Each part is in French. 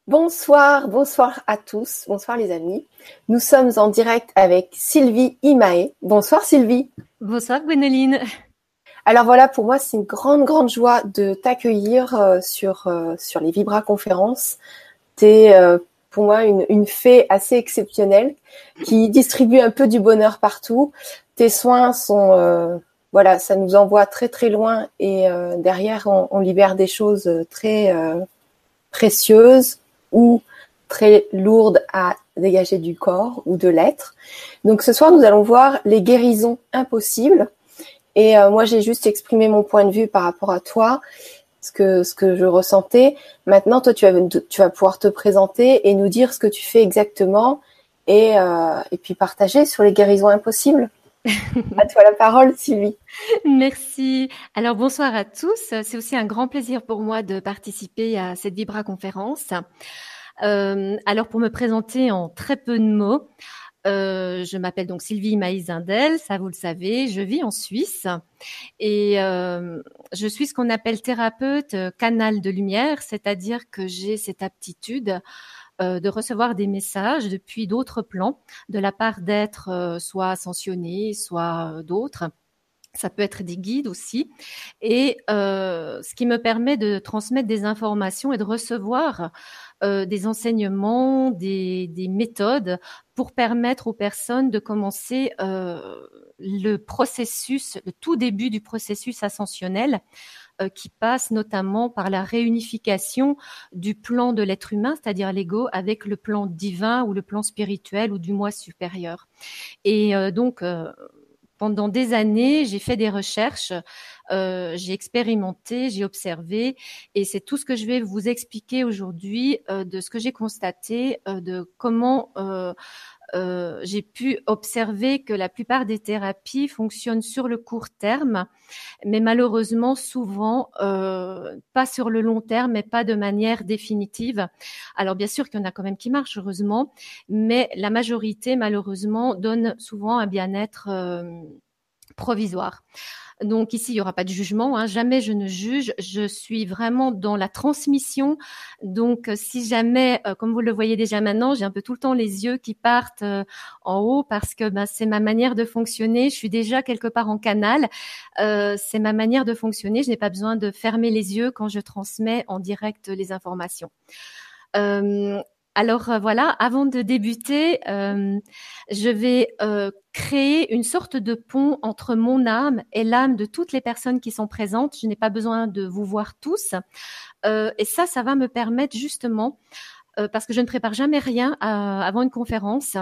Bonsoir, bonsoir à tous, bonsoir les amis. Nous sommes en direct avec Sylvie Imae. Bonsoir Sylvie. Bonsoir Gwénoline. Alors voilà, pour moi c'est une grande joie de t'accueillir sur les Vibra conférences. T'es pour moi une fée assez exceptionnelle qui distribue un peu du bonheur partout. Tes soins sont voilà, ça nous envoie très loin et derrière on libère des choses très précieuses ou très lourdes à dégager du corps ou de l'être. Donc ce soir, nous allons voir les guérisons impossibles. Et moi, j'ai juste exprimé mon point de vue par rapport à toi, ce que je ressentais. Maintenant, toi, tu vas pouvoir te présenter et nous dire ce que tu fais exactement et puis partager sur les guérisons impossibles. À toi la parole, Sylvie. Merci. Alors bonsoir à tous. C'est aussi un grand plaisir pour moi de participer à cette Vibra conférence. Alors pour me présenter en très peu de mots, je m'appelle donc Sylvie Maïs-Zindel, ça vous le savez, je vis en Suisse et je suis ce qu'on appelle thérapeute canal de lumière, c'est-à-dire que j'ai cette aptitude de recevoir des messages depuis d'autres plans de la part d'êtres soit ascensionnés, soit d'autres. Ça peut être des guides aussi. Et ce qui me permet de transmettre des informations et de recevoir des enseignements, des méthodes pour permettre aux personnes de commencer le processus, le tout début du processus ascensionnel qui passe notamment par la réunification du plan de l'être humain, c'est-à-dire l'ego, avec le plan divin ou le plan spirituel ou du moi supérieur. Et donc, pendant des années, j'ai fait des recherches, j'ai expérimenté, j'ai observé, et c'est tout ce que je vais vous expliquer aujourd'hui de ce que j'ai constaté, de comment j'ai pu observer que la plupart des thérapies fonctionnent sur le court terme, mais malheureusement souvent pas sur le long terme et pas de manière définitive. Alors bien sûr qu'il y en a quand même qui marchent, heureusement, mais la majorité malheureusement donne souvent un bien-être provisoire. Donc ici, il n'y aura pas de jugement, hein. Jamais je ne juge. Je suis vraiment dans la transmission. Donc si jamais, comme vous le voyez déjà maintenant, j'ai un peu tout le temps les yeux qui partent en haut parce que c'est ma manière de fonctionner. Je suis déjà quelque part en canal. C'est ma manière de fonctionner. Je n'ai pas besoin de fermer les yeux quand je transmets en direct les informations. Euh, alors voilà, avant de débuter, je vais créer une sorte de pont entre mon âme et l'âme de toutes les personnes qui sont présentes. Je n'ai pas besoin de vous voir tous. Et ça va me permettre justement, parce que je ne prépare jamais rien avant une conférence.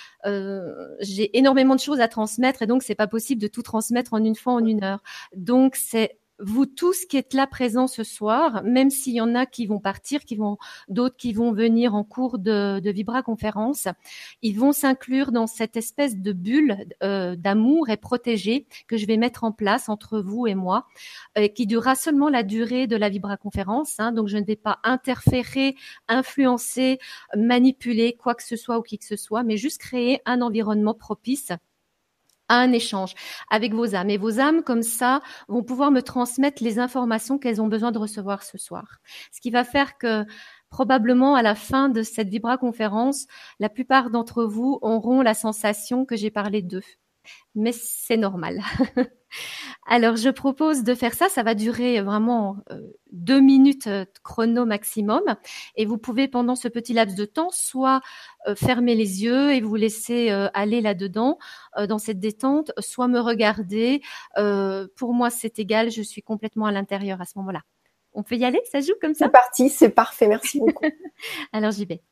J'ai énormément de choses à transmettre et donc c'est pas possible de tout transmettre en une fois, en une heure. Donc c'est vous tous qui êtes là présents ce soir, même s'il y en a qui vont partir, d'autres qui vont venir en cours de Vibra conférence, ils vont s'inclure dans cette espèce de bulle d'amour et protégée que je vais mettre en place entre vous et moi, qui durera seulement la durée de la Vibra conférence. Hein, donc je ne vais pas interférer, influencer, manipuler quoi que ce soit ou qui que ce soit, mais juste créer un environnement propice à un échange avec vos âmes. Et vos âmes, comme ça, vont pouvoir me transmettre les informations qu'elles ont besoin de recevoir ce soir. Ce qui va faire que probablement à la fin de cette Vibra conférence, la plupart d'entre vous auront la sensation que j'ai parlé d'eux. Mais c'est normal. Alors, je propose de faire ça. Ça va durer vraiment 2 minutes chrono maximum. Et vous pouvez, pendant ce petit laps de temps, soit fermer les yeux et vous laisser aller là-dedans, dans cette détente, soit me regarder. Pour moi, c'est égal. Je suis complètement à l'intérieur à ce moment-là. On peut y aller? Ça joue comme ça? C'est parti, c'est parfait. Merci beaucoup. Alors, j'y vais.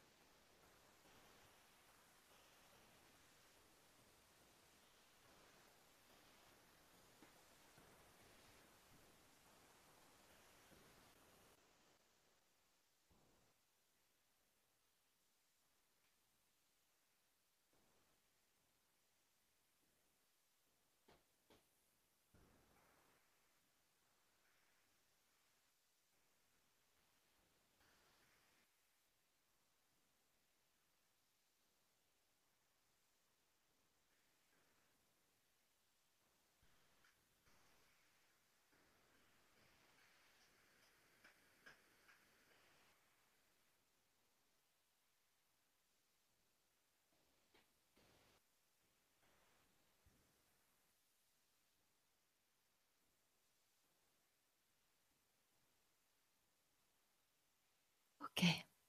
Ok.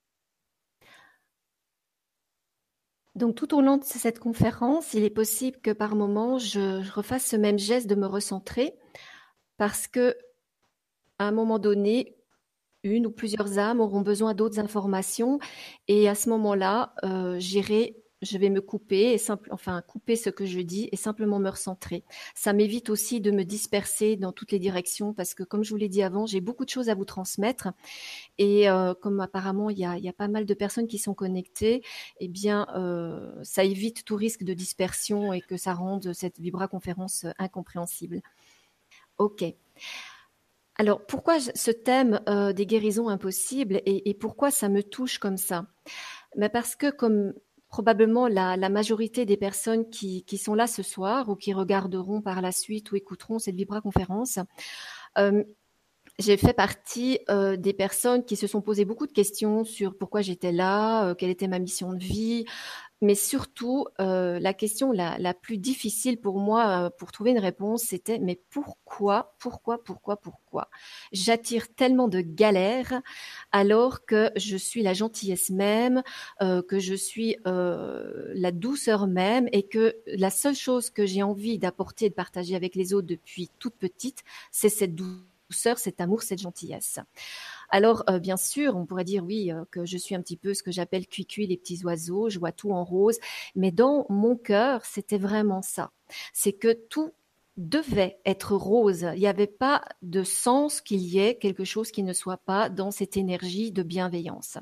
Donc, tout au long de cette conférence, il est possible que par moment, je refasse ce même geste de me recentrer parce que, à un moment donné, une ou plusieurs âmes auront besoin d'autres informations et à ce moment-là, je vais me couper enfin couper ce que je dis et simplement me recentrer. Ça m'évite aussi de me disperser dans toutes les directions parce que, comme je vous l'ai dit avant, j'ai beaucoup de choses à vous transmettre et comme apparemment il y a pas mal de personnes qui sont connectées, eh bien, ça évite tout risque de dispersion et que ça rende cette vibraconférence incompréhensible. Ok. Alors, pourquoi ce thème des guérisons impossibles et pourquoi ça me touche comme ça? Ben parce que comme probablement la majorité des personnes qui sont là ce soir ou qui regarderont par la suite ou écouteront cette vibraconférence, euh, j'ai fait partie des personnes qui se sont posées beaucoup de questions sur pourquoi j'étais là, quelle était ma mission de vie, mais surtout, la question la plus difficile pour moi, pour trouver une réponse, c'était: «Mais pourquoi, pourquoi, pourquoi, pourquoi? J'attire tellement de galères alors que je suis la gentillesse même, que je suis, la douceur même et que la seule chose que j'ai envie d'apporter et de partager avec les autres depuis toute petite, c'est cette douceur, cet amour, cette gentillesse». Alors, bien sûr, on pourrait dire oui, que je suis un petit peu ce que j'appelle cuicui les petits oiseaux, je vois tout en rose, mais dans mon cœur, c'était vraiment ça. C'est que tout devait être rose. Il n'y avait pas de sens qu'il y ait quelque chose qui ne soit pas dans cette énergie de bienveillance.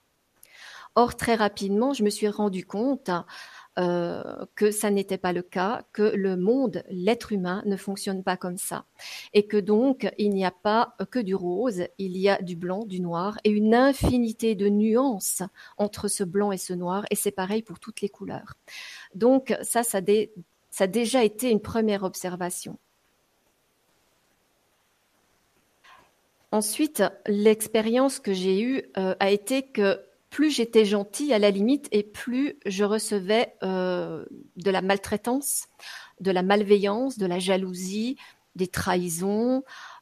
Or, très rapidement, je me suis rendu compte que ça n'était pas le cas, que le monde, l'être humain, ne fonctionne pas comme ça. Et que donc, il n'y a pas que du rose, il y a du blanc, du noir, et une infinité de nuances entre ce blanc et ce noir, et c'est pareil pour toutes les couleurs. Donc, ça a déjà été une première observation. Ensuite, l'expérience que j'ai eue a été que plus j'étais gentille à la limite et plus je recevais de la maltraitance, de la malveillance, de la jalousie, des trahisons,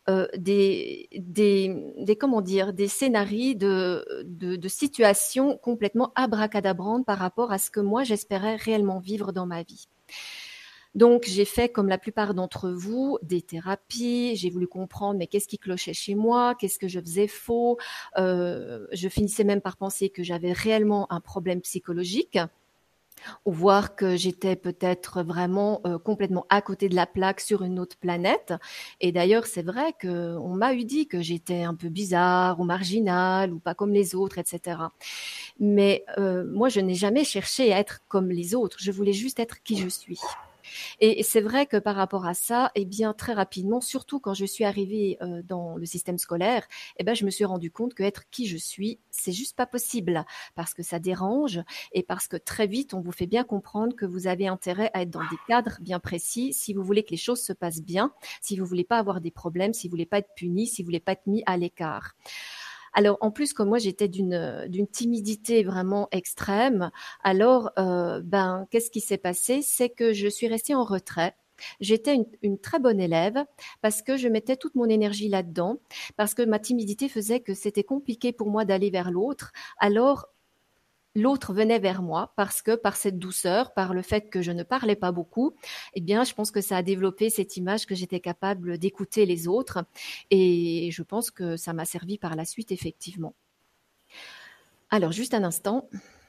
comment dire, des scénarios de situations complètement abracadabrantes par rapport à ce que moi j'espérais réellement vivre dans ma vie. Donc, j'ai fait, comme la plupart d'entre vous, des thérapies. J'ai voulu comprendre, mais qu'est-ce qui clochait chez moi? Qu'est-ce que je faisais faux? Je finissais même par penser que j'avais réellement un problème psychologique, ou voir que j'étais peut-être vraiment complètement à côté de la plaque sur une autre planète. Et d'ailleurs, c'est vrai qu'on m'a eu dit que j'étais un peu bizarre ou marginale ou pas comme les autres, etc. Mais moi, je n'ai jamais cherché à être comme les autres. Je voulais juste être qui je suis. Et c'est vrai que par rapport à ça, eh bien, très rapidement, surtout quand je suis arrivée dans le système scolaire, eh ben, je me suis rendu compte que être qui je suis, c'est juste pas possible parce que ça dérange et parce que très vite, on vous fait bien comprendre que vous avez intérêt à être dans des cadres bien précis si vous voulez que les choses se passent bien, si vous voulez pas avoir des problèmes, si vous voulez pas être puni, si vous voulez pas être mis à l'écart. Alors, en plus, comme moi, j'étais d'une timidité vraiment extrême, alors, qu'est-ce qui s'est passé? C'est que je suis restée en retrait. J'étais une très bonne élève parce que je mettais toute mon énergie là-dedans, parce que ma timidité faisait que c'était compliqué pour moi d'aller vers l'autre. Alors, l'autre venait vers moi parce que par cette douceur, par le fait que je ne parlais pas beaucoup, eh bien, je pense que ça a développé cette image que j'étais capable d'écouter les autres et je pense que ça m'a servi par la suite, effectivement. Alors, juste un instant.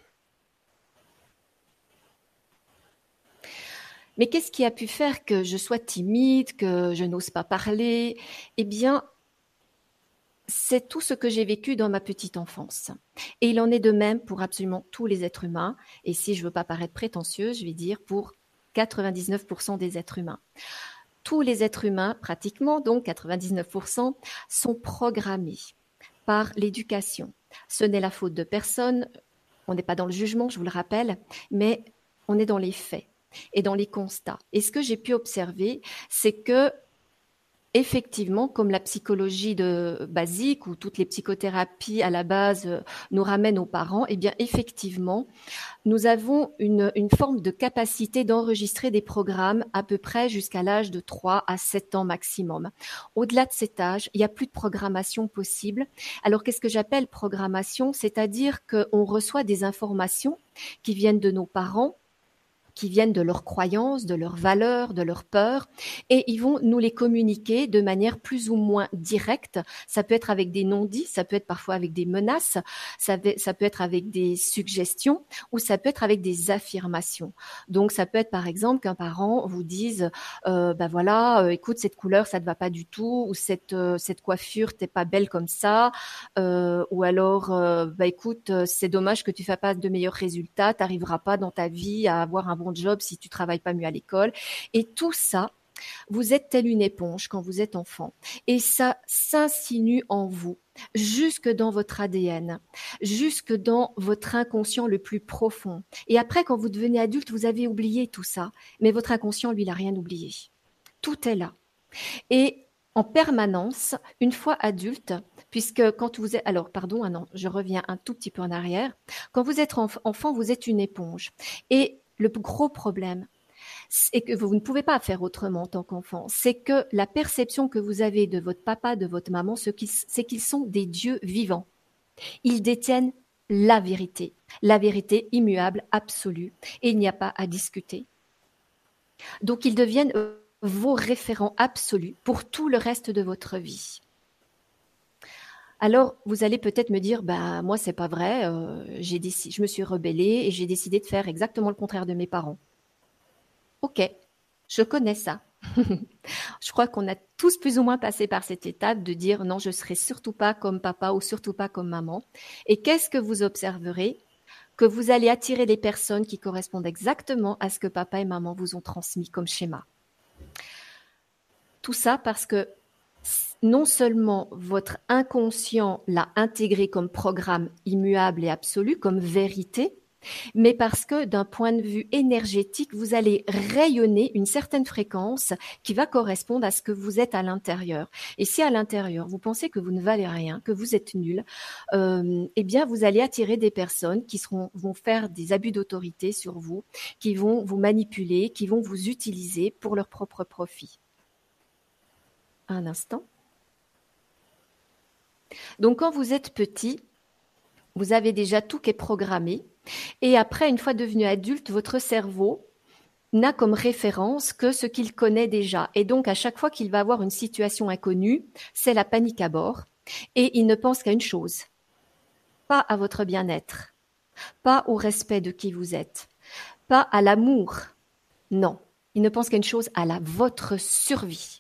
Mais qu'est-ce qui a pu faire que je sois timide, que je n'ose pas parler? Eh bien, c'est tout ce que j'ai vécu dans ma petite enfance. Et il en est de même pour absolument tous les êtres humains. Et si je ne veux pas paraître prétentieuse, je vais dire pour 99% des êtres humains. Tous les êtres humains, pratiquement, donc 99%, sont programmés par l'éducation. Ce n'est la faute de personne, on n'est pas dans le jugement, je vous le rappelle, mais on est dans les faits et dans les constats. Et ce que j'ai pu observer, c'est que effectivement, comme la psychologie basique ou toutes les psychothérapies à la base nous ramènent aux parents, eh bien effectivement, nous avons une forme de capacité d'enregistrer des programmes à peu près jusqu'à l'âge de 3 à 7 ans maximum. Au-delà de cet âge, il n'y a plus de programmation possible. Alors, qu'est-ce que j'appelle programmation? C'est-à-dire qu'on reçoit des informations qui viennent de nos parents, qui viennent de leurs croyances, de leurs valeurs, de leurs peurs, et ils vont nous les communiquer de manière plus ou moins directe. Ça peut être avec des non-dits, ça peut être parfois avec des menaces, ça peut être avec des suggestions, ou ça peut être avec des affirmations. Donc, ça peut être par exemple qu'un parent vous dise, bah voilà, écoute, cette couleur, ça te va pas du tout, ou cette coiffure, t'es pas belle comme ça, ou alors, bah écoute, c'est dommage que tu fasses pas de meilleurs résultats, t'arriveras pas dans ta vie à avoir un bon job si tu travailles pas mieux à l'école. Et tout ça, vous êtes telle une éponge quand vous êtes enfant. Et ça s'insinue en vous, jusque dans votre ADN, jusque dans votre inconscient le plus profond. Et après, quand vous devenez adulte, vous avez oublié tout ça. Mais votre inconscient, lui, il n'a rien oublié. Tout est là. Et en permanence, une fois adulte, puisque quand vous êtes... Alors, pardon, ah non, je reviens un tout petit peu en arrière. Quand vous êtes enfant, vous êtes une éponge. Et le gros problème, c'est que vous ne pouvez pas faire autrement en tant qu'enfant. C'est que la perception que vous avez de votre papa, de votre maman, c'est qu'ils sont des dieux vivants. Ils détiennent la vérité immuable, absolue, et il n'y a pas à discuter. Donc, ils deviennent vos référents absolus pour tout le reste de votre vie. Alors, vous allez peut-être me dire, bah moi c'est pas vrai, je me suis rebellée et j'ai décidé de faire exactement le contraire de mes parents. Ok, je connais ça. Je crois qu'on a tous plus ou moins passé par cette étape de dire non, je serai surtout pas comme papa ou surtout pas comme maman. Et qu'est-ce que vous observerez? Que vous allez attirer des personnes qui correspondent exactement à ce que papa et maman vous ont transmis comme schéma. Tout ça parce que non seulement votre inconscient l'a intégré comme programme immuable et absolu, comme vérité, mais parce que d'un point de vue énergétique, vous allez rayonner une certaine fréquence qui va correspondre à ce que vous êtes à l'intérieur. Et si à l'intérieur, vous pensez que vous ne valez rien, que vous êtes nul, eh bien, vous allez attirer des personnes qui vont faire des abus d'autorité sur vous, qui vont vous manipuler, qui vont vous utiliser pour leur propre profit. Un instant. Donc, quand vous êtes petit, vous avez déjà tout qui est programmé. Et après, une fois devenu adulte, votre cerveau n'a comme référence que ce qu'il connaît déjà. Et donc, à chaque fois qu'il va avoir une situation inconnue, c'est la panique à bord. Et il ne pense qu'à une chose, pas à votre bien-être, pas au respect de qui vous êtes, pas à l'amour. Non, il ne pense qu'à une chose, à votre survie.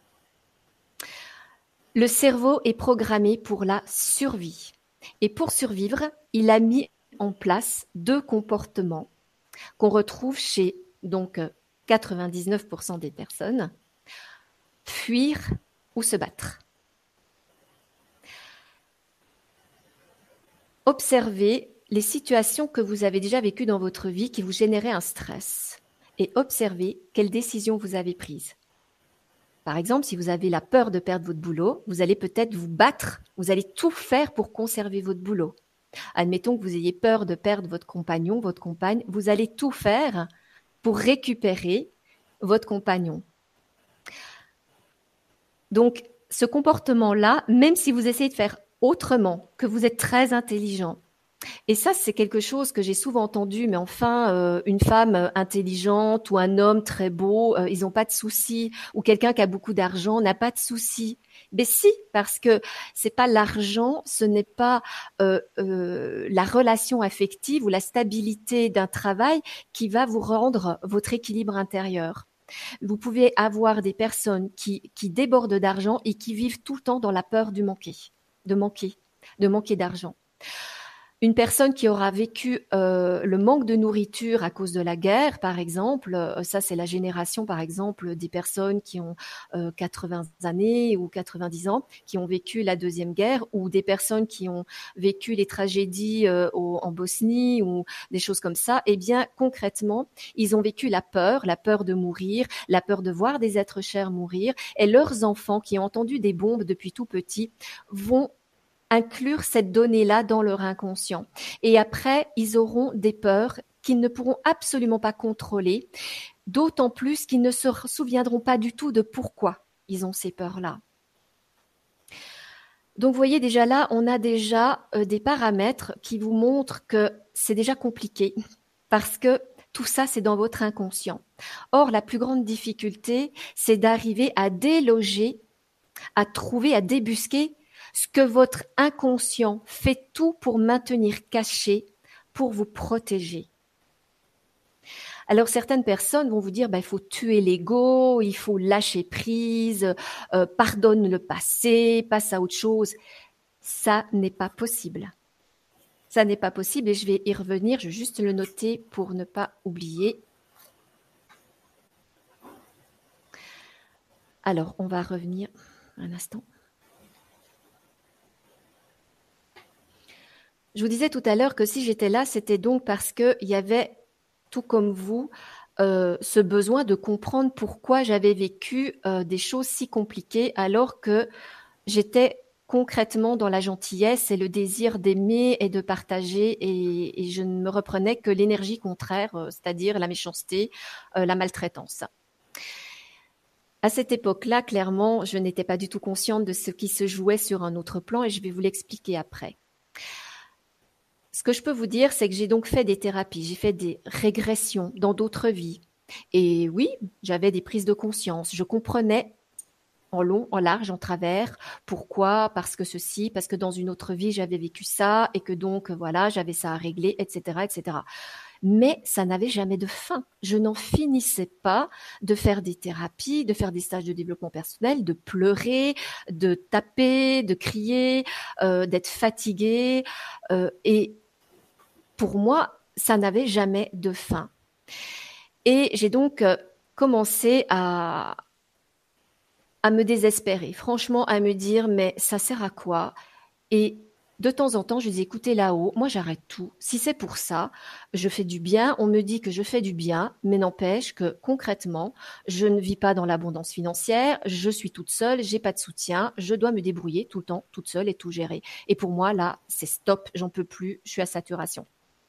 Le cerveau est programmé pour la survie. Et pour survivre, il a mis en place 2 comportements qu'on retrouve chez donc 99% des personnes, fuir ou se battre. Observez les situations que vous avez déjà vécues dans votre vie qui vous généraient un stress et observez quelles décisions vous avez prises. Par exemple, si vous avez la peur de perdre votre boulot, vous allez peut-être vous battre, vous allez tout faire pour conserver votre boulot. Admettons que vous ayez peur de perdre votre compagnon, votre compagne, vous allez tout faire pour récupérer votre compagnon. Donc, ce comportement-là, même si vous essayez de faire autrement, que vous êtes très intelligent, et ça, c'est quelque chose que j'ai souvent entendu, mais enfin, une femme intelligente ou un homme très beau, ils n'ont pas de soucis, ou quelqu'un qui a beaucoup d'argent n'a pas de soucis. Mais si, parce que c'est pas l'argent, ce n'est pas la relation affective ou la stabilité d'un travail qui va vous rendre votre équilibre intérieur. Vous pouvez avoir des personnes qui débordent d'argent et qui vivent tout le temps dans la peur de manquer d'argent. Une personne qui aura vécu le manque de nourriture à cause de la guerre, par exemple, ça c'est la génération, par exemple, des personnes qui ont 80 années ou 90 ans, qui ont vécu la Deuxième Guerre, ou des personnes qui ont vécu les tragédies en Bosnie ou des choses comme ça. Eh bien, concrètement, ils ont vécu la peur de mourir, la peur de voir des êtres chers mourir, et leurs enfants qui ont entendu des bombes depuis tout petit vont inclure cette donnée-là dans leur inconscient. Et après, ils auront des peurs qu'ils ne pourront absolument pas contrôler, d'autant plus qu'ils ne se souviendront pas du tout de pourquoi ils ont ces peurs-là. Donc, vous voyez déjà là, on a déjà des paramètres qui vous montrent que c'est déjà compliqué parce que tout ça, c'est dans votre inconscient. Or, la plus grande difficulté, c'est d'arriver à déloger, à trouver, à débusquer ce que votre inconscient fait tout pour maintenir caché, pour vous protéger. Alors certaines personnes vont vous dire il faut tuer l'ego, il faut lâcher prise, pardonne le passé, passe à autre chose. Ça n'est pas possible. Ça n'est pas possible et je vais y revenir, je vais juste le noter pour ne pas oublier. Alors, on va revenir un instant. Je vous disais tout à l'heure que si j'étais là, c'était donc parce qu'il y avait, tout comme vous, ce besoin de comprendre pourquoi j'avais vécu des choses si compliquées alors que j'étais concrètement dans la gentillesse et le désir d'aimer et de partager et je ne me reprenais que l'énergie contraire, c'est-à-dire la méchanceté, la maltraitance. À cette époque-là, clairement, je n'étais pas du tout consciente de ce qui se jouait sur un autre plan et je vais vous l'expliquer après. Ce que je peux vous dire, c'est que j'ai donc fait des thérapies, j'ai fait des régressions dans d'autres vies. Et oui, j'avais des prises de conscience. Je comprenais en long, en large, en travers. Pourquoi? Parce que ceci, parce que dans une autre vie, j'avais vécu ça et que donc, voilà, j'avais ça à régler, etc., etc. Mais ça n'avait jamais de fin. Je n'en finissais pas de faire des thérapies, de faire des stages de développement personnel, de pleurer, de taper, de crier, d'être fatiguée. Et pour moi, ça n'avait jamais de fin. Et j'ai donc commencé à me désespérer, franchement, à me dire, mais ça sert à quoi? Et de temps en temps, je dis, écoutez, là-haut, moi, j'arrête tout. Si c'est pour ça, je fais du bien. On me dit que je fais du bien, mais n'empêche que concrètement, je ne vis pas dans l'abondance financière. Je suis toute seule, j'ai pas de soutien. Je dois me débrouiller tout le temps, toute seule et tout gérer. Et pour moi, là, c'est stop. J'en peux plus. Je suis à saturation.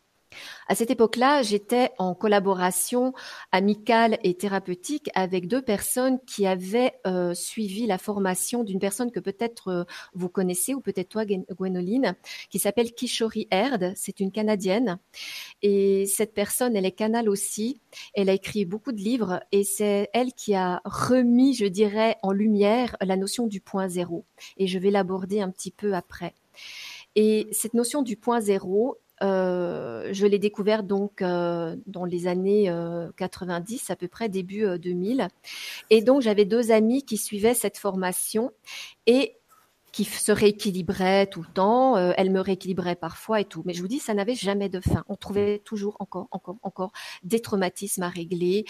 À cette époque-là, j'étais en collaboration amicale et thérapeutique avec deux personnes qui avaient suivi la formation d'une personne que peut-être vous connaissez ou peut-être toi, Gwénoline, qui s'appelle Kishori Erd. C'est une Canadienne et cette personne, elle est canal aussi. Elle a écrit beaucoup de livres et c'est elle qui a remis, je dirais, en lumière la notion du point zéro. Et je vais l'aborder un petit peu après. Et cette notion du point zéro, je l'ai découvert donc dans les années 90, à peu près début 2000. Et donc, j'avais deux amis qui suivaient cette formation et qui se rééquilibraient tout le temps. Elle me rééquilibrait parfois et tout. Mais je vous dis, ça n'avait jamais de fin. On trouvait toujours encore des traumatismes à régler,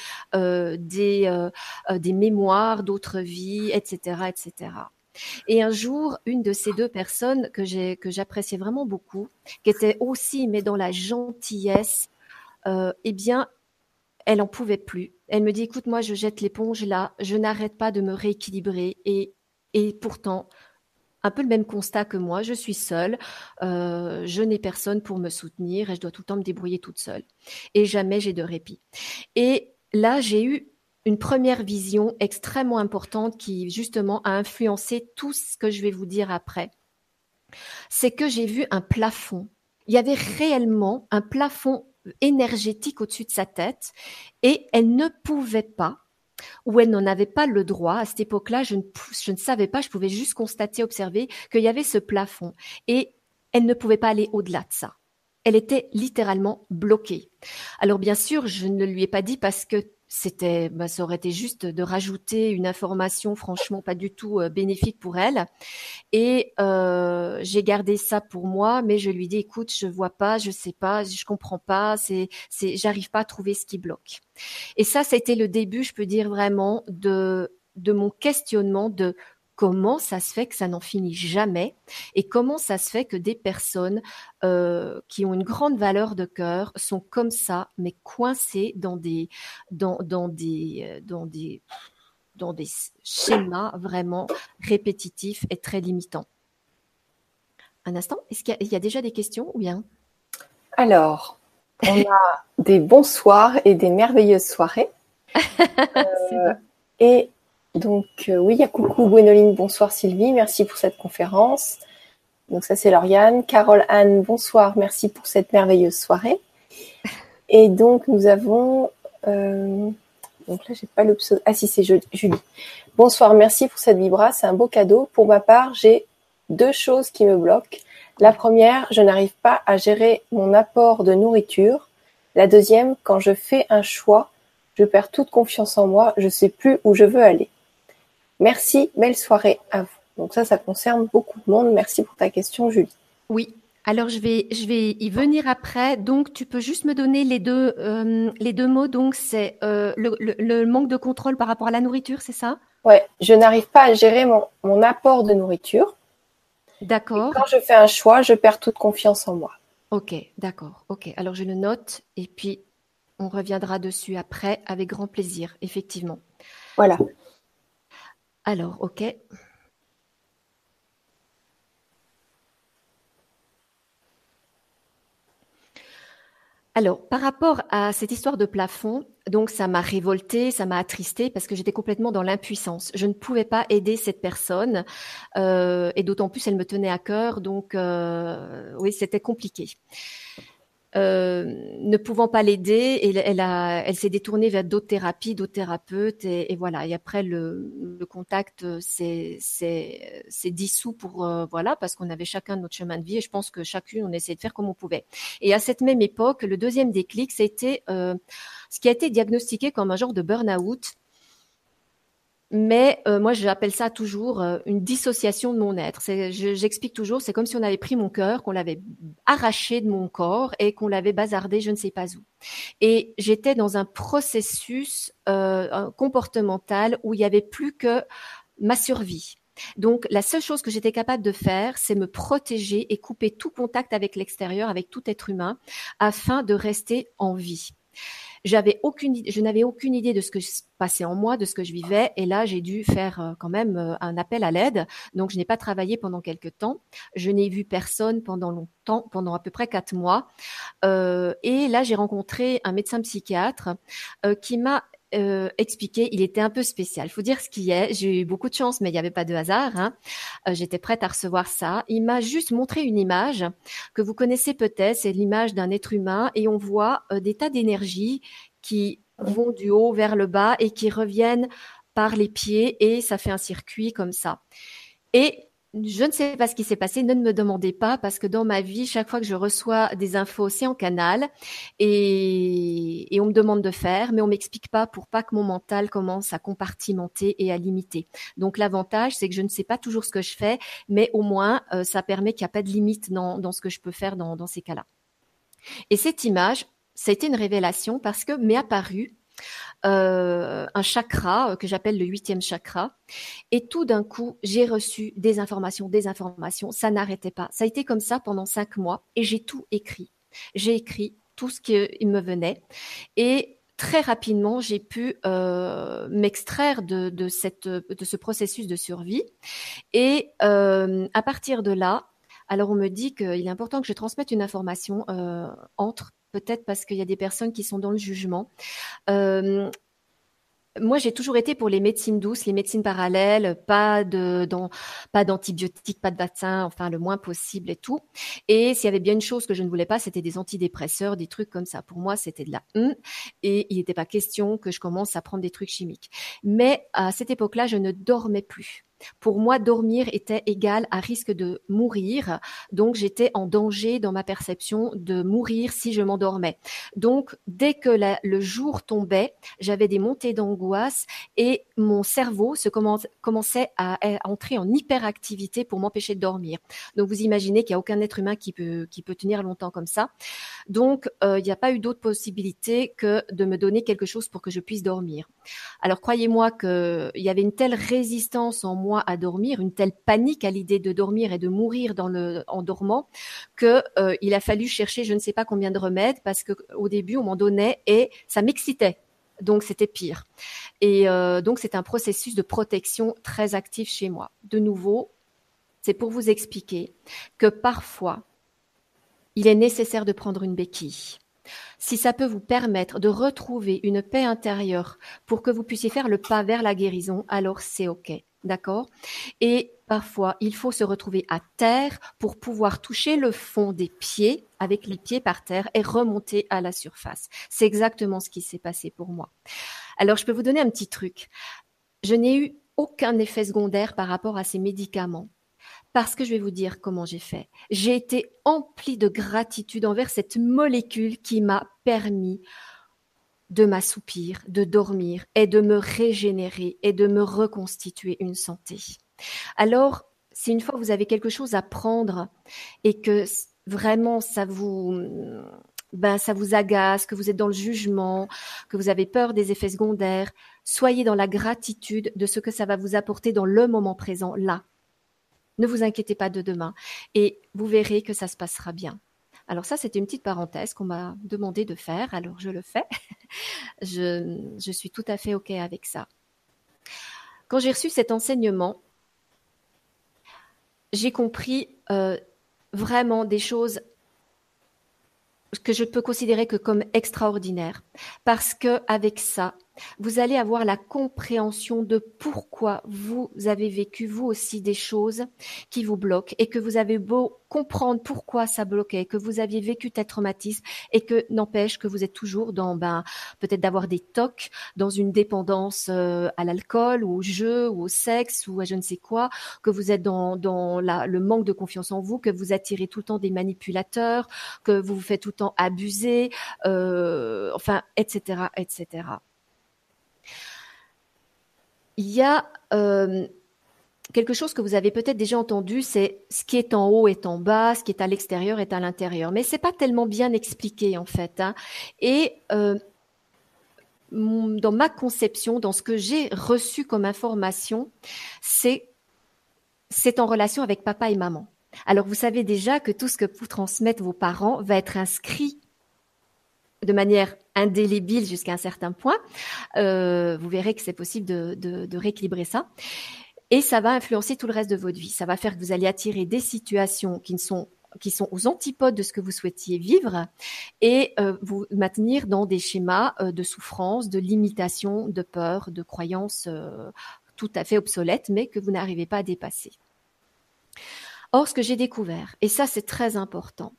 des mémoires d'autres vies, etc., etc. Et un jour, une de ces deux personnes que j'appréciais vraiment beaucoup, qui était aussi mais dans la gentillesse, eh bien, elle en pouvait plus. Elle me dit, écoute, moi, je jette l'éponge là, je n'arrête pas de me rééquilibrer et pourtant, un peu le même constat que moi, je suis seule, je n'ai personne pour me soutenir et je dois tout le temps me débrouiller toute seule. Et jamais j'ai de répit. Et là, j'ai eu une première vision extrêmement importante qui, justement, a influencé tout ce que je vais vous dire après. C'est que j'ai vu un plafond. Il y avait réellement un plafond énergétique au-dessus de sa tête et elle ne pouvait pas, ou elle n'en avait pas le droit. À cette époque-là, je ne savais pas, je pouvais juste constater, observer qu'il y avait ce plafond et elle ne pouvait pas aller au-delà de ça. Elle était littéralement bloquée. Alors bien sûr, je ne lui ai pas dit parce que ça aurait été juste de rajouter une information franchement pas du tout bénéfique pour elle. Et j'ai gardé ça pour moi, mais je lui dis, écoute, je vois pas, je sais pas, je comprends pas, j'arrive pas à trouver ce qui bloque. Et ça a été le début, je peux dire vraiment, de mon questionnement de comment ça se fait que ça n'en finit jamais et comment ça se fait que des personnes qui ont une grande valeur de cœur sont comme ça, mais coincées dans des schémas vraiment répétitifs et très limitants. Un instant, est-ce qu'il y a déjà des questions ou bien? Alors, on a des bons soirs et des merveilleuses soirées. C'est bon. Et donc, oui, il y a coucou Gwénoline, bonsoir Sylvie, merci pour cette conférence. Donc ça, c'est Lauriane. Carole Anne, bonsoir, merci pour cette merveilleuse soirée. Et donc, nous avons... donc là, j'ai pas le pseudo. Ah si, c'est Julie. Bonsoir, merci pour cette vibra, c'est un beau cadeau. Pour ma part, j'ai 2 choses qui me bloquent. La première, je n'arrive pas à gérer mon apport de nourriture. La deuxième, quand je fais un choix, je perds toute confiance en moi, je sais plus où je veux aller. Merci, belle soirée à vous. Donc ça concerne beaucoup de monde. Merci pour ta question, Julie. Oui. Alors je vais y venir après. Donc tu peux juste me donner les deux mots. Donc c'est le manque de contrôle par rapport à la nourriture, c'est ça? Ouais, je n'arrive pas à gérer mon apport de nourriture. D'accord. Et quand je fais un choix, je perds toute confiance en moi. Ok, d'accord. Ok. Alors je le note et puis on reviendra dessus après avec grand plaisir, effectivement. Voilà. Alors, ok. Alors, par rapport à cette histoire de plafond, donc ça m'a révoltée, ça m'a attristée parce que j'étais complètement dans l'impuissance. Je ne pouvais pas aider cette personne et d'autant plus elle me tenait à cœur, donc oui, c'était compliqué. Ne pouvant pas l'aider, elle s'est détournée vers d'autres thérapies, d'autres thérapeutes, et voilà. Et après, le contact s'est dissous pour voilà, parce qu'on avait chacun notre chemin de vie, et je pense que chacune on essayait de faire comme on pouvait. Et à cette même époque, le deuxième déclic, c'était ce qui a été diagnostiqué comme un genre de burn-out. Mais moi, j'appelle ça toujours une dissociation de mon être. J'explique toujours, c'est comme si on avait pris mon cœur, qu'on l'avait arraché de mon corps et qu'on l'avait bazardé je ne sais pas où. Et j'étais dans un processus comportemental où il n'y avait plus que ma survie. Donc, la seule chose que j'étais capable de faire, c'est me protéger et couper tout contact avec l'extérieur, avec tout être humain, afin de rester en vie. Je n'avais aucune idée de ce que se passait en moi, de ce que je vivais. Et là, j'ai dû faire quand même un appel à l'aide. Donc, je n'ai pas travaillé pendant quelques temps. Je n'ai vu personne pendant longtemps, pendant à peu près 4 mois. Et là, j'ai rencontré un médecin psychiatre qui m'a expliqué, il était un peu spécial. Il faut dire ce qu'il est. J'ai eu beaucoup de chance, mais il n'y avait pas de hasard. Hein. J'étais prête à recevoir ça. Il m'a juste montré une image que vous connaissez peut-être. C'est l'image d'un être humain et on voit des tas d'énergies qui vont du haut vers le bas et qui reviennent par les pieds et ça fait un circuit comme ça. Et je ne sais pas ce qui s'est passé, ne me demandez pas, parce que dans ma vie, chaque fois que je reçois des infos, c'est en canal, et on me demande de faire, mais on m'explique pas pour pas que mon mental commence à compartimenter et à limiter. Donc l'avantage, c'est que je ne sais pas toujours ce que je fais, mais au moins, ça permet qu'il n'y a pas de limite dans ce que je peux faire dans ces cas-là. Et cette image, ça a été une révélation parce que m'est apparu un chakra que j'appelle le 8e chakra. Et tout d'un coup, j'ai reçu des informations. Ça n'arrêtait pas. Ça a été comme ça pendant 5 mois et j'ai tout écrit. J'ai écrit tout ce qui me venait et très rapidement, j'ai pu m'extraire de ce processus de survie. Et à partir de là, alors on me dit qu'il est important que je transmette une information peut-être parce qu'il y a des personnes qui sont dans le jugement. Moi, j'ai toujours été pour les médecines douces, les médecines parallèles, pas d'antibiotiques, pas de vaccins, enfin le moins possible et tout. Et s'il y avait bien une chose que je ne voulais pas, c'était des antidépresseurs, des trucs comme ça. Pour moi, c'était de la et il n'était pas question que je commence à prendre des trucs chimiques. Mais à cette époque-là, je ne dormais plus. Pour moi, dormir était égal à risque de mourir. Donc, j'étais en danger dans ma perception de mourir si je m'endormais. Donc, dès que le jour tombait, j'avais des montées d'angoisse et mon cerveau commençait à entrer en hyperactivité pour m'empêcher de dormir. Donc, vous imaginez qu'il n'y a aucun être humain qui peut tenir longtemps comme ça. Donc, il n'y a pas eu d'autre possibilité que de me donner quelque chose pour que je puisse dormir. Alors, croyez-moi qu'il y avait une telle résistance en moi à dormir, une telle panique à l'idée de dormir et de mourir en dormant, que il a fallu chercher je ne sais pas combien de remèdes parce que au début, on m'en donnait et ça m'excitait. Donc, c'était pire. Et donc, c'est un processus de protection très actif chez moi. De nouveau, c'est pour vous expliquer que parfois, il est nécessaire de prendre une béquille. Si ça peut vous permettre de retrouver une paix intérieure pour que vous puissiez faire le pas vers la guérison, alors c'est OK, d'accord? Et parfois, il faut se retrouver à terre pour pouvoir toucher le fond des pieds avec les pieds par terre et remonter à la surface. C'est exactement ce qui s'est passé pour moi. Alors, je peux vous donner un petit truc. Je n'ai eu aucun effet secondaire par rapport à ces médicaments. Parce que je vais vous dire comment j'ai fait. J'ai été emplie de gratitude envers cette molécule qui m'a permis de m'assoupir, de dormir et de me régénérer et de me reconstituer une santé. Alors, si une fois vous avez quelque chose à prendre et que vraiment ça vous agace, que vous êtes dans le jugement, que vous avez peur des effets secondaires, soyez dans la gratitude de ce que ça va vous apporter dans le moment présent, là. Ne vous inquiétez pas de demain et vous verrez que ça se passera bien. Alors ça, c'était une petite parenthèse qu'on m'a demandé de faire, alors je le fais. Je suis tout à fait OK avec ça. Quand j'ai reçu cet enseignement, j'ai compris vraiment des choses que je peux considérer que comme extraordinaires. Parce que avec ça, vous allez avoir la compréhension de pourquoi vous avez vécu vous aussi des choses qui vous bloquent et que vous avez beau comprendre pourquoi ça bloquait, que vous aviez vécu tel traumatisme et que n'empêche que vous êtes toujours dans peut-être d'avoir des tocs, dans une dépendance à l'alcool ou au jeu ou au sexe ou à je ne sais quoi, que vous êtes dans le manque de confiance en vous, que vous attirez tout le temps des manipulateurs, que vous vous faites tout le temps abuser, etc., etc. Il y a quelque chose que vous avez peut-être déjà entendu, c'est ce qui est en haut est en bas, ce qui est à l'extérieur est à l'intérieur. Mais c'est pas tellement bien expliqué en fait. Et dans ma conception, dans ce que j'ai reçu comme information, c'est en relation avec papa et maman. Alors vous savez déjà que tout ce que vous transmettent vos parents va être inscrit de manière indélébile jusqu'à un certain point. Vous verrez que c'est possible de rééquilibrer ça. Et ça va influencer tout le reste de votre vie. Ça va faire que vous allez attirer des situations qui sont aux antipodes de ce que vous souhaitiez vivre et vous maintenir dans des schémas de souffrance, de limitation, de peur, de croyances tout à fait obsolètes, mais que vous n'arrivez pas à dépasser. Or, ce que j'ai découvert, et ça c'est très important,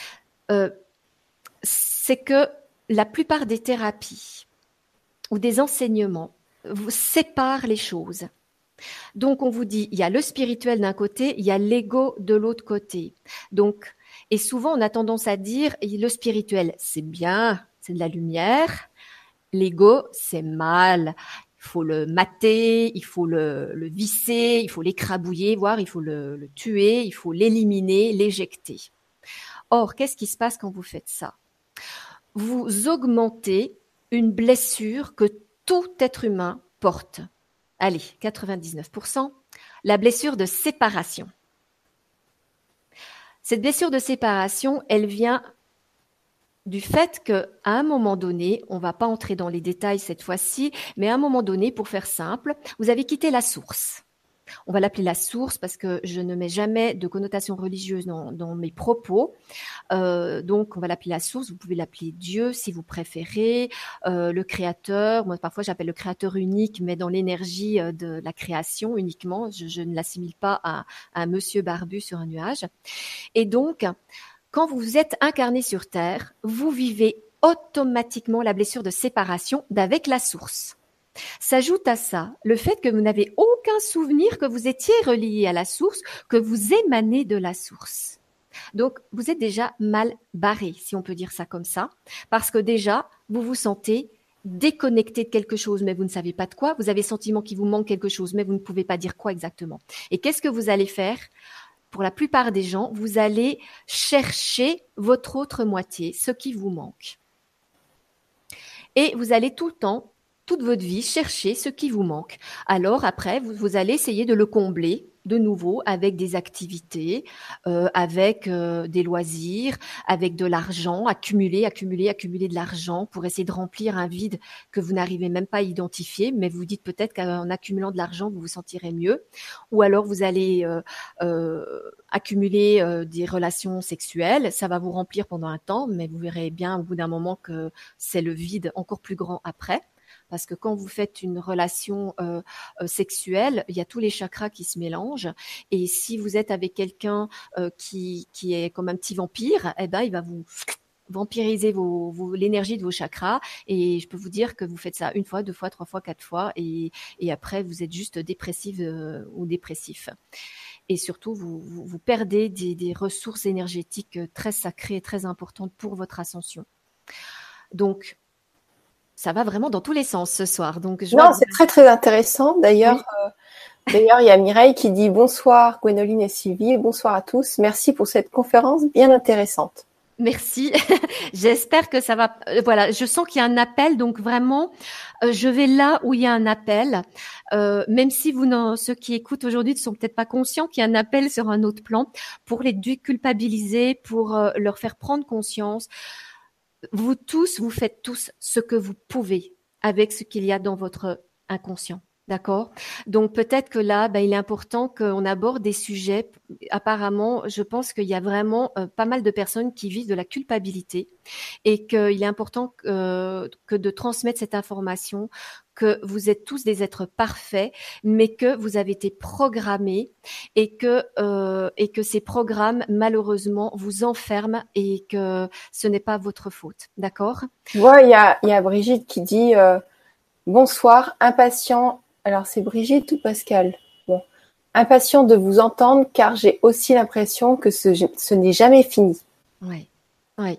c'est que la plupart des thérapies ou des enseignements vous séparent les choses. Donc, on vous dit, il y a le spirituel d'un côté, il y a l'ego de l'autre côté. Donc, et souvent, on a tendance à dire, le spirituel, c'est bien, c'est de la lumière. L'ego, c'est mal. Il faut le mater, il faut le visser, il faut l'écrabouiller, voire il faut le tuer, il faut l'éliminer, l'éjecter. Or, qu'est-ce qui se passe quand vous faites ça? Vous augmentez une blessure que tout être humain porte. Allez, 99%, la blessure de séparation. Cette blessure de séparation, elle vient du fait qu'à un moment donné, on ne va pas entrer dans les détails cette fois-ci, mais à un moment donné, pour faire simple, vous avez quitté la source. On va l'appeler la source parce que je ne mets jamais de connotation religieuse dans mes propos. Donc, on va l'appeler la source. Vous pouvez l'appeler Dieu si vous préférez, le créateur. Moi, parfois, j'appelle le créateur unique, mais dans l'énergie de la création uniquement. Je ne l'assimile pas à un monsieur barbu sur un nuage. Et donc, quand vous êtes incarné sur Terre, vous vivez automatiquement la blessure de séparation d'avec la source. S'ajoute à ça le fait que vous n'avez aucun souvenir que vous étiez relié à la source, que vous émanez de la source. Donc, vous êtes déjà mal barré, si on peut dire ça comme ça, parce que déjà, vous vous sentez déconnecté de quelque chose, mais vous ne savez pas de quoi. Vous avez le sentiment qu'il vous manque quelque chose, mais vous ne pouvez pas dire quoi exactement. Et qu'est-ce que vous allez faire? Pour la plupart des gens, vous allez chercher votre autre moitié, ce qui vous manque. Et vous allez tout le temps, toute votre vie, chercher ce qui vous manque. Alors après, vous allez essayer de le combler de nouveau avec des activités, avec des loisirs, avec de l'argent, accumuler de l'argent pour essayer de remplir un vide que vous n'arrivez même pas à identifier, mais vous dites peut-être qu'en accumulant de l'argent, vous vous sentirez mieux. Ou alors vous allez accumuler des relations sexuelles, ça va vous remplir pendant un temps, mais vous verrez bien au bout d'un moment que c'est le vide encore plus grand après. Parce que quand vous faites une relation sexuelle, il y a tous les chakras qui se mélangent. Et si vous êtes avec quelqu'un qui est comme un petit vampire, eh ben, il va vous vampiriser l'énergie de vos chakras. Et je peux vous dire que vous faites ça une fois, deux fois, trois fois, quatre fois. Et après, vous êtes juste dépressive ou dépressif. Et surtout, vous perdez des ressources énergétiques très sacrées et très importantes pour votre ascension. Donc, ça va vraiment dans tous les sens ce soir. Donc, Non, c'est très très intéressant. D'ailleurs, il y a Mireille qui dit bonsoir Gwénoline et Sylvie, et bonsoir à tous. Merci pour cette conférence bien intéressante. Merci. J'espère que ça va. Voilà, je sens qu'il y a un appel, donc vraiment, je vais là où il y a un appel. Même si ceux qui écoutent aujourd'hui ne sont peut-être pas conscients qu'il y a un appel sur un autre plan pour les déculpabiliser, pour leur faire prendre conscience. Vous faites tous ce que vous pouvez avec ce qu'il y a dans votre inconscient. D'accord? Donc peut-être que là, il est important qu'on aborde des sujets. Apparemment, je pense qu'il y a vraiment pas mal de personnes qui vivent de la culpabilité et qu'il est important que de transmettre cette information, que vous êtes tous des êtres parfaits, mais que vous avez été programmés et que ces programmes malheureusement vous enferment et que ce n'est pas votre faute. D'accord? Tu vois, il y a Brigitte qui dit bonsoir, impatient. Alors c'est Brigitte ou Pascal? Bon, impatient de vous entendre car j'ai aussi l'impression que ce n'est jamais fini. Oui, oui.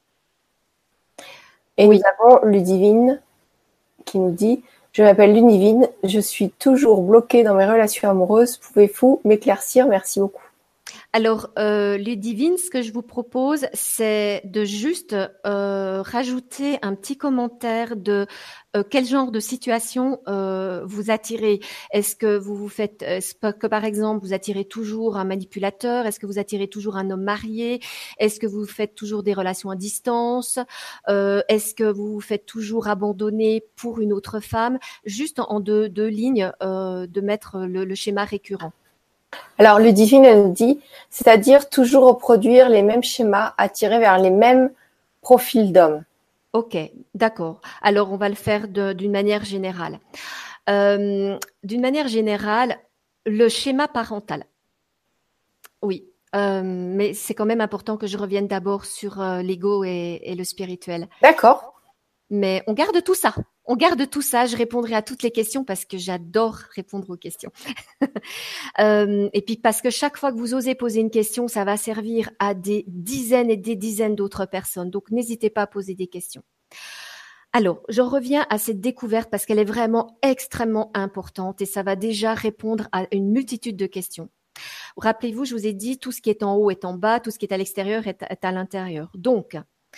Et nous avons Ludivine qui nous dit je m'appelle Ludivine, je suis toujours bloquée dans mes relations amoureuses. Pouvez-vous m'éclaircir? Merci beaucoup. Alors, Ludivine, ce que je vous propose, c'est de juste rajouter un petit commentaire de quel genre de situation vous attirez. Est-ce que que par exemple, vous attirez toujours un manipulateur? Est-ce que vous attirez toujours un homme marié? Est-ce que vous faites toujours des relations à distance? Est-ce que vous vous faites toujours abandonner pour une autre femme? Juste en deux lignes, de mettre le schéma récurrent. Alors, Ludivine, elle nous dit, c'est-à-dire toujours reproduire les mêmes schémas, attirer vers les mêmes profils d'hommes. Ok, d'accord. Alors, on va le faire d'une manière générale. D'une manière générale, le schéma parental. Oui, mais c'est quand même important que je revienne d'abord sur l'ego et le spirituel. D'accord. Mais on garde tout ça. On garde tout ça. Je répondrai à toutes les questions parce que j'adore répondre aux questions. Et puis parce que chaque fois que vous osez poser une question, ça va servir à des dizaines et des dizaines d'autres personnes. Donc, n'hésitez pas à poser des questions. Alors, je reviens à cette découverte parce qu'elle est vraiment extrêmement importante et ça va déjà répondre à une multitude de questions. Rappelez-vous, je vous ai dit, tout ce qui est en haut est en bas, tout ce qui est à l'extérieur est à l'intérieur. Donc,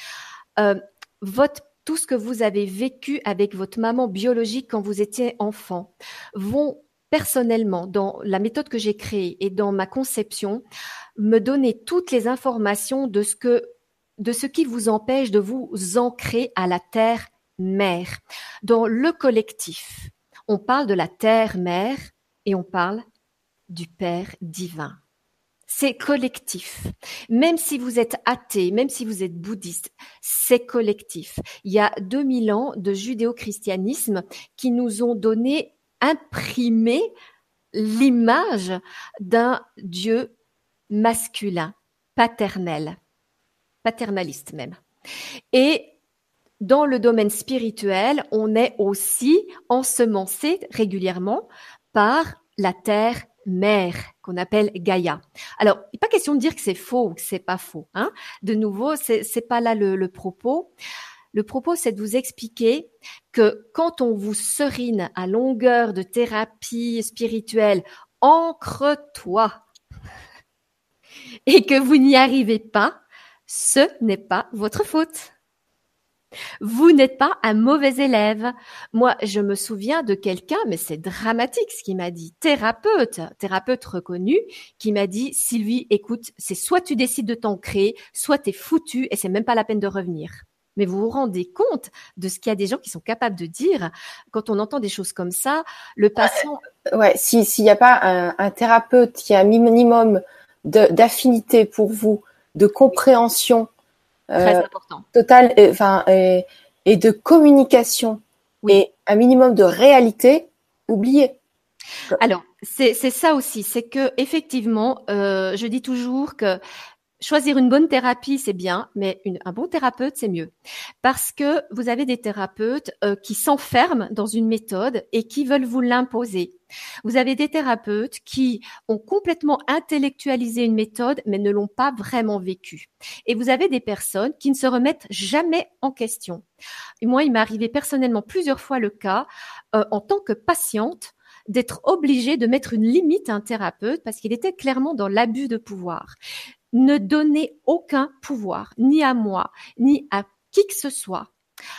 tout ce que vous avez vécu avec votre maman biologique quand vous étiez enfant vont personnellement, dans la méthode que j'ai créée et dans ma conception, me donner toutes les informations de ce qui vous empêche de vous ancrer à la terre-mère. Dans le collectif, on parle de la terre-mère et on parle du Père divin. C'est collectif. Même si vous êtes athée, même si vous êtes bouddhiste, c'est collectif. Il y a 2000 ans de judéo-christianisme qui nous ont imprimé l'image d'un Dieu masculin, paternel, paternaliste même. Et dans le domaine spirituel, on est aussi ensemencé régulièrement par la terre mère qu'on appelle Gaïa. Alors, il n'est pas question de dire que c'est faux ou que c'est pas faux, hein. De nouveau, c'est pas là le propos. Le propos, c'est de vous expliquer que quand on vous serine à longueur de thérapie spirituelle, ancre-toi, et que vous n'y arrivez pas, ce n'est pas votre faute. Vous n'êtes pas un mauvais élève. Moi, je me souviens de quelqu'un, mais c'est dramatique ce qu'il m'a dit, thérapeute reconnu, qui m'a dit, Sylvie, écoute, c'est soit tu décides de t'ancrer, soit t'es foutu et c'est même pas la peine de revenir. Mais vous vous rendez compte de ce qu'il y a des gens qui sont capables de dire quand on entend des choses comme ça, le patient. Ouais, s'il n'y a pas un thérapeute qui a un minimum d'affinité pour vous, de compréhension Très important. totale, et de communication, Oui. et un minimum de réalité, oubliez. Alors, c'est ça aussi, c'est que effectivement, je dis toujours que choisir une bonne thérapie, c'est bien, mais un bon thérapeute, c'est mieux. Parce que vous avez des thérapeutes qui s'enferment dans une méthode et qui veulent vous l'imposer. Vous avez des thérapeutes qui ont complètement intellectualisé une méthode, mais ne l'ont pas vraiment vécue. Et vous avez des personnes qui ne se remettent jamais en question. Et moi, il m'est arrivé personnellement plusieurs fois le cas, en tant que patiente, d'être obligée de mettre une limite à un thérapeute parce qu'il était clairement dans l'abus de pouvoir. Ne donnez aucun pouvoir, ni à moi, ni à qui que ce soit,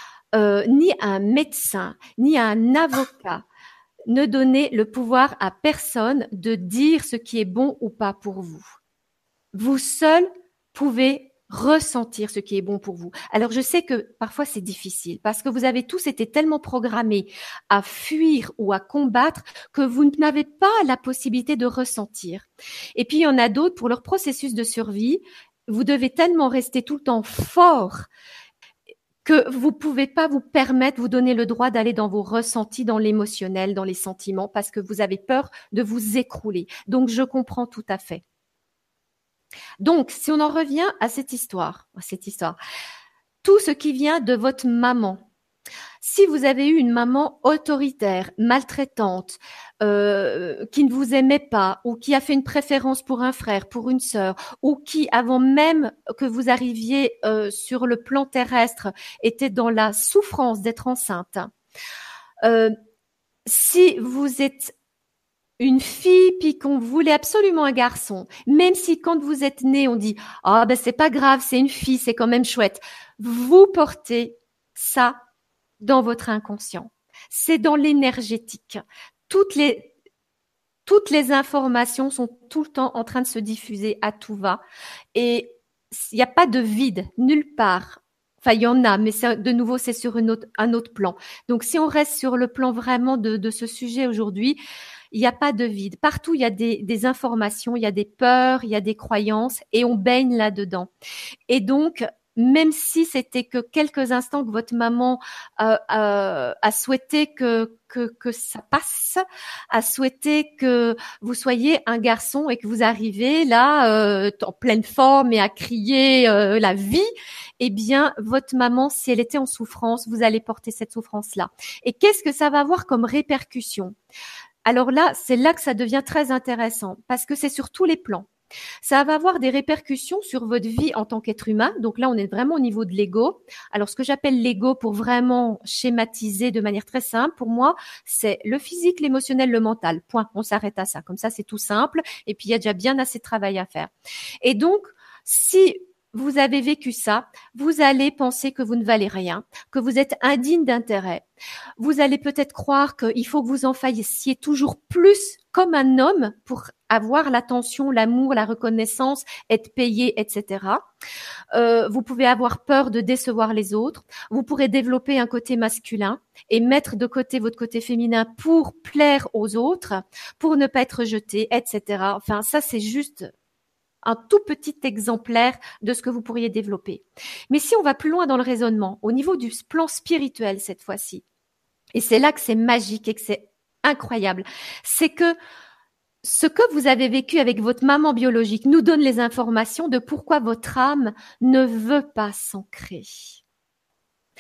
ni à un médecin, ni à un avocat. Ne donnez le pouvoir à personne de dire ce qui est bon ou pas pour vous. Vous seul pouvez ressentir ce qui est bon pour vous. Alors, je sais que parfois c'est difficile parce que vous avez tous été tellement programmés à fuir ou à combattre que vous n'avez pas la possibilité de ressentir. Et puis, il y en a d'autres, pour leur processus de survie, vous devez tellement rester tout le temps fort que vous pouvez pas vous permettre, vous donner le droit d'aller dans vos ressentis, dans l'émotionnel, dans les sentiments, parce que vous avez peur de vous écrouler. Donc, je comprends tout à fait. Donc, si on en revient à cette histoire, tout ce qui vient de votre maman, si vous avez eu une maman autoritaire, maltraitante, qui ne vous aimait pas, ou qui a fait une préférence pour un frère, pour une sœur, ou qui, avant même que vous arriviez sur le plan terrestre, était dans la souffrance d'être enceinte, si vous êtes une fille puis qu'on voulait absolument un garçon, même si quand vous êtes né, on dit « Ah ben c'est pas grave, c'est une fille, c'est quand même chouette », vous portez ça dans votre inconscient. C'est dans l'énergétique. Toutes les informations sont tout le temps en train de se diffuser à tout va et il n'y a pas de vide nulle part. Enfin, il y en a, mais de nouveau, c'est sur un autre plan. Donc, si on reste sur le plan vraiment de ce sujet aujourd'hui, il n'y a pas de vide. Partout, il y a des informations, il y a des peurs, il y a des croyances et on baigne là-dedans. Et donc, même si c'était que quelques instants que votre maman a souhaité que ça passe, a souhaité que vous soyez un garçon et que vous arrivez là en pleine forme et à crier la vie, eh bien, votre maman, si elle était en souffrance, vous allez porter cette souffrance-là. Et qu'est-ce que ça va avoir comme répercussion ? Alors là, c'est là que ça devient très intéressant parce que c'est sur tous les plans. Ça va avoir des répercussions sur votre vie en tant qu'être humain. Donc là, on est vraiment au niveau de l'ego. Alors, ce que j'appelle l'ego, pour vraiment schématiser de manière très simple, pour moi, c'est le physique, l'émotionnel, le mental. Point. On s'arrête à ça. Comme ça, c'est tout simple. Et puis, il y a déjà bien assez de travail à faire. Et donc, si vous avez vécu ça, vous allez penser que vous ne valez rien, que vous êtes indigne d'intérêt. Vous allez peut-être croire qu'il faut que vous en fassiez toujours plus comme un homme pour avoir l'attention, l'amour, la reconnaissance, être payé, etc. Vous pouvez avoir peur de décevoir les autres. Vous pourrez développer un côté masculin et mettre de côté votre côté féminin pour plaire aux autres, pour ne pas être rejeté, etc. Enfin, ça, c'est juste un tout petit exemplaire de ce que vous pourriez développer. Mais si on va plus loin dans le raisonnement, au niveau du plan spirituel cette fois-ci, et c'est là que c'est magique et que c'est incroyable, c'est que ce que vous avez vécu avec votre maman biologique nous donne les informations de pourquoi votre âme ne veut pas s'ancrer.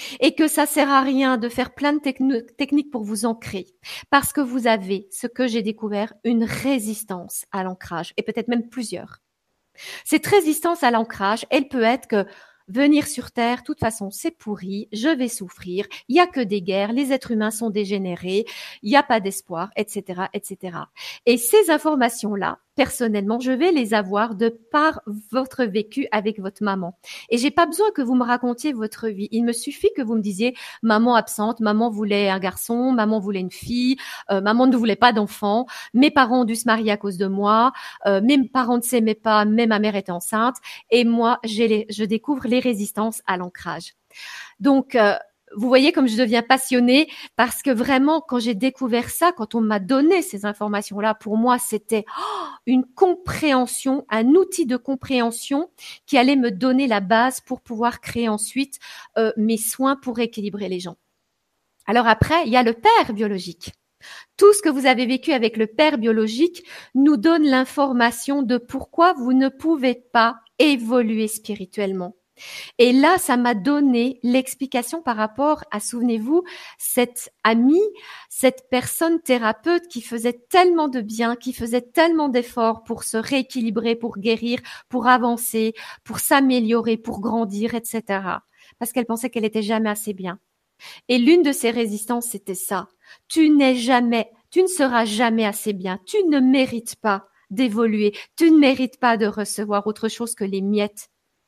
et que ça sert à rien de faire plein de techniques pour vous ancrer, parce que vous avez, ce que j'ai découvert, une résistance à l'ancrage, et peut-être même plusieurs. Cette résistance à l'ancrage, elle peut être que venir sur Terre, de toute façon, c'est pourri, je vais souffrir, il y a que des guerres, les êtres humains sont dégénérés, il n'y a pas d'espoir, etc., etc. Et ces informations-là, personnellement, je vais les avoir de par votre vécu avec votre maman. Et j'ai pas besoin que vous me racontiez votre vie. Il me suffit que vous me disiez, maman absente, maman voulait un garçon, maman voulait une fille, maman ne voulait pas d'enfant, mes parents ont dû se marier à cause de moi, mes parents ne s'aimaient pas, mais ma mère était enceinte, et moi, je découvre les résistances à l'ancrage. Donc, vous voyez comme je deviens passionnée parce que vraiment, quand j'ai découvert ça, quand on m'a donné ces informations-là, pour moi, c'était une compréhension, un outil de compréhension qui allait me donner la base pour pouvoir créer ensuite mes soins pour équilibrer les gens. Alors après, il y a le père biologique. Tout ce que vous avez vécu avec le père biologique nous donne l'information de pourquoi vous ne pouvez pas évoluer spirituellement. Et là, ça m'a donné l'explication par rapport à, souvenez-vous, cette amie, cette personne thérapeute qui faisait tellement de bien, qui faisait tellement d'efforts pour se rééquilibrer, pour guérir, pour avancer, pour s'améliorer, pour grandir, etc. Parce qu'elle pensait qu'elle était jamais assez bien. Et l'une de ses résistances, c'était ça. Tu ne seras jamais assez bien. Tu ne mérites pas d'évoluer. Tu ne mérites pas de recevoir autre chose que les miettes.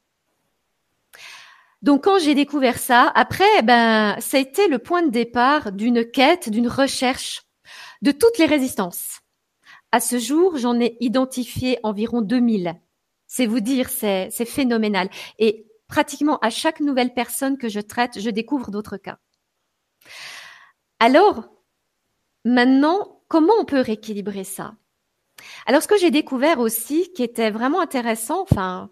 Donc, quand j'ai découvert ça, après, ça a été le point de départ d'une quête, d'une recherche de toutes les résistances. À ce jour, j'en ai identifié environ 2000. C'est vous dire, c'est phénoménal. Et pratiquement à chaque nouvelle personne que je traite, je découvre d'autres cas. Alors, maintenant, comment on peut rééquilibrer ça? Alors, ce que j'ai découvert aussi, qui était vraiment intéressant,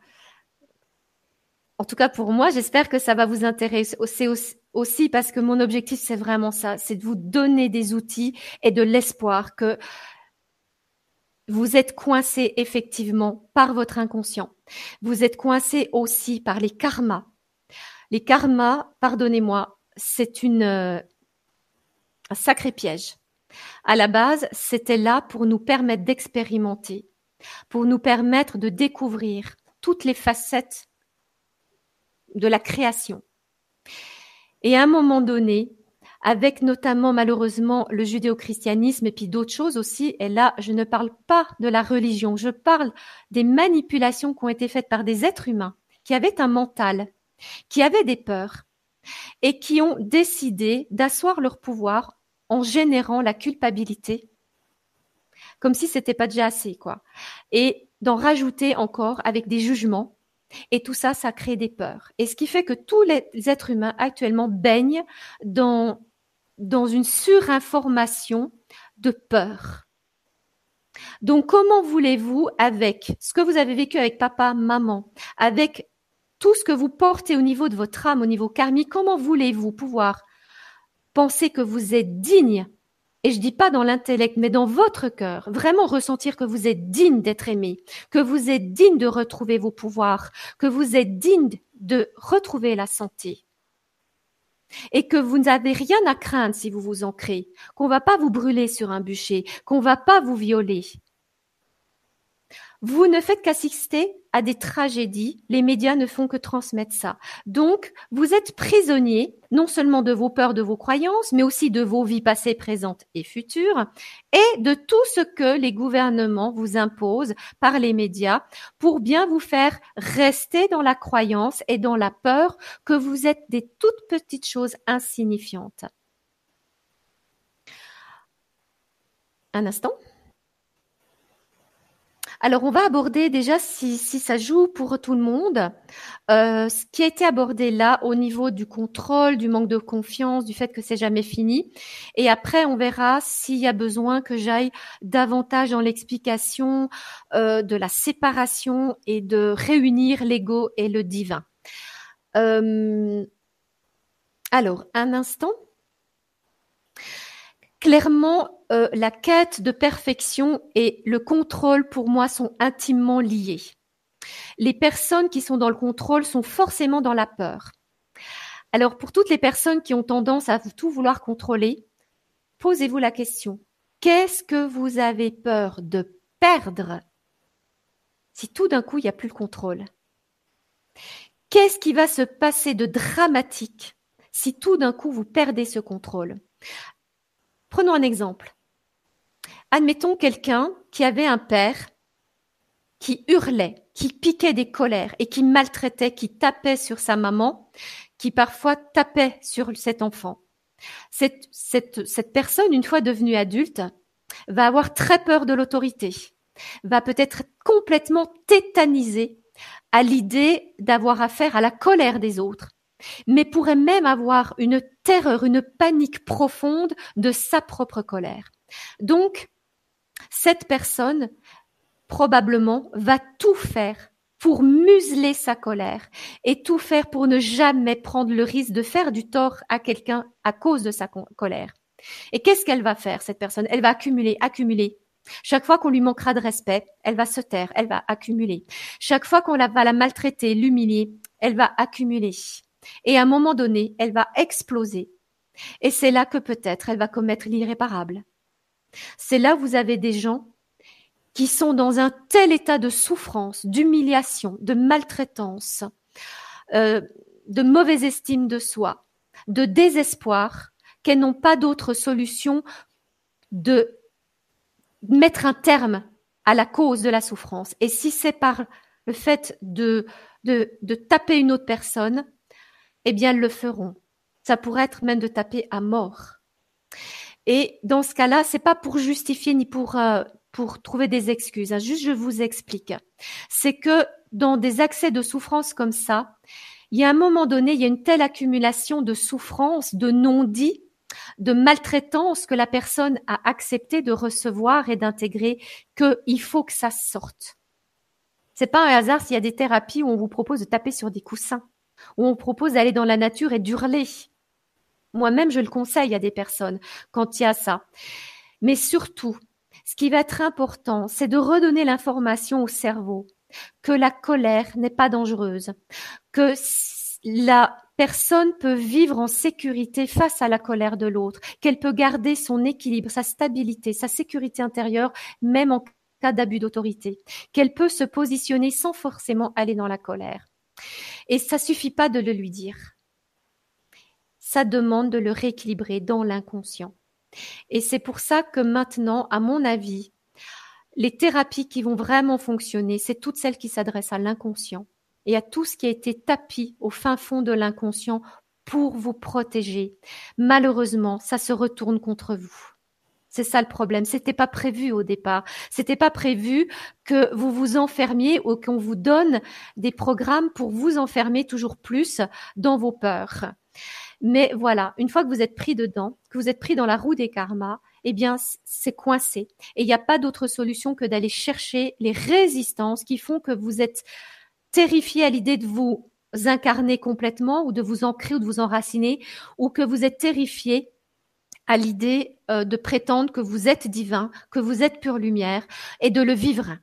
en tout cas pour moi, j'espère que ça va vous intéresser aussi parce que mon objectif, c'est vraiment ça, c'est de vous donner des outils et de l'espoir que vous êtes coincé effectivement par votre inconscient. Vous êtes coincé aussi par les karmas. Les karmas, pardonnez-moi, c'est un sacré piège. À la base, c'était là pour nous permettre d'expérimenter, pour nous permettre de découvrir toutes les facettes de la création. Et à un moment donné, avec notamment malheureusement le judéo-christianisme et puis d'autres choses aussi, et là je ne parle pas de la religion, je parle des manipulations qui ont été faites par des êtres humains qui avaient un mental, qui avaient des peurs et qui ont décidé d'asseoir leur pouvoir en générant la culpabilité, comme si c'était pas déjà assez, quoi, et d'en rajouter encore avec des jugements. Et tout ça, ça crée des peurs. Et ce qui fait que tous les êtres humains actuellement baignent dans une surinformation de peur. Donc, comment voulez-vous, avec ce que vous avez vécu avec papa, maman, avec tout ce que vous portez au niveau de votre âme, au niveau karmique, comment voulez-vous pouvoir penser que vous êtes digne? Et je dis pas dans l'intellect, mais dans votre cœur, vraiment ressentir que vous êtes digne d'être aimé, que vous êtes digne de retrouver vos pouvoirs, que vous êtes digne de retrouver la santé. Et que vous n'avez rien à craindre si vous vous ancrez, qu'on va pas vous brûler sur un bûcher, qu'on va pas vous violer. Vous ne faites qu'assister à des tragédies, les médias ne font que transmettre ça. Donc, vous êtes prisonnier non seulement de vos peurs, de vos croyances, mais aussi de vos vies passées, présentes et futures, et de tout ce que les gouvernements vous imposent par les médias pour bien vous faire rester dans la croyance et dans la peur que vous êtes des toutes petites choses insignifiantes. Un instant. Alors, on va aborder déjà, si ça joue pour tout le monde, ce qui a été abordé là au niveau du contrôle, du manque de confiance, du fait que c'est jamais fini. Et après, on verra s'il y a besoin que j'aille davantage dans l'explication de la séparation et de réunir l'ego et le divin. Alors, un instant. Clairement, la quête de perfection et le contrôle, pour moi, sont intimement liés. Les personnes qui sont dans le contrôle sont forcément dans la peur. Alors, pour toutes les personnes qui ont tendance à tout vouloir contrôler, posez-vous la question. Qu'est-ce que vous avez peur de perdre si tout d'un coup, il n'y a plus le contrôle? Qu'est-ce qui va se passer de dramatique si tout d'un coup, vous perdez ce contrôle? Prenons un exemple. Admettons quelqu'un qui avait un père qui hurlait, qui piquait des colères et qui maltraitait, qui tapait sur sa maman, qui parfois tapait sur cet enfant. Cette personne, une fois devenue adulte, va avoir très peur de l'autorité, va peut-être complètement tétanisée à l'idée d'avoir affaire à la colère des autres, mais pourrait même avoir une terreur, une panique profonde de sa propre colère. Donc, cette personne, probablement, va tout faire pour museler sa colère et tout faire pour ne jamais prendre le risque de faire du tort à quelqu'un à cause de sa colère. Et qu'est-ce qu'elle va faire, cette personne? Elle va accumuler. Chaque fois qu'on lui manquera de respect, elle va se taire, elle va accumuler. Chaque fois qu'on va la maltraiter, l'humilier, elle va accumuler. Et à un moment donné, elle va exploser. Et c'est là que peut-être elle va commettre l'irréparable. C'est là où vous avez des gens qui sont dans un tel état de souffrance, d'humiliation, de maltraitance, de mauvaise estime de soi, de désespoir, qu'elles n'ont pas d'autre solution de mettre un terme à la cause de la souffrance. Et si c'est par le fait de taper une autre personne, eh bien, elles le feront. Ça pourrait être même de taper à mort. Et dans ce cas-là, c'est pas pour justifier ni pour trouver des excuses. Hein. Juste, je vous explique. C'est que dans des accès de souffrance comme ça, il y a un moment donné, il y a une telle accumulation de souffrance, de non-dit, de maltraitance que la personne a accepté de recevoir et d'intégrer qu'il faut que ça sorte. C'est pas un hasard s'il y a des thérapies où on vous propose de taper sur des coussins, où on propose d'aller dans la nature et d'hurler. Moi-même, je le conseille à des personnes quand il y a ça. Mais surtout, ce qui va être important, c'est de redonner l'information au cerveau que la colère n'est pas dangereuse, que la personne peut vivre en sécurité face à la colère de l'autre, qu'elle peut garder son équilibre, sa stabilité, sa sécurité intérieure, même en cas d'abus d'autorité, qu'elle peut se positionner sans forcément aller dans la colère. Et ça suffit pas de le lui dire. Ça demande de le rééquilibrer dans l'inconscient. Et c'est pour ça que maintenant, à mon avis, les thérapies qui vont vraiment fonctionner, c'est toutes celles qui s'adressent à l'inconscient et à tout ce qui a été tapi au fin fond de l'inconscient pour vous protéger. Malheureusement, ça se retourne contre vous. C'est ça le problème. C'était pas prévu au départ. C'était pas prévu que vous vous enfermiez ou qu'on vous donne des programmes pour vous enfermer toujours plus dans vos peurs. Mais voilà, une fois que vous êtes pris dedans, que vous êtes pris dans la roue des karmas, eh bien, c'est coincé. Et il n'y a pas d'autre solution que d'aller chercher les résistances qui font que vous êtes terrifié à l'idée de vous incarner complètement ou de vous ancrer ou de vous enraciner, ou que vous êtes terrifié à l'idée de prétendre que vous êtes divin, que vous êtes pure lumière et de le vivre.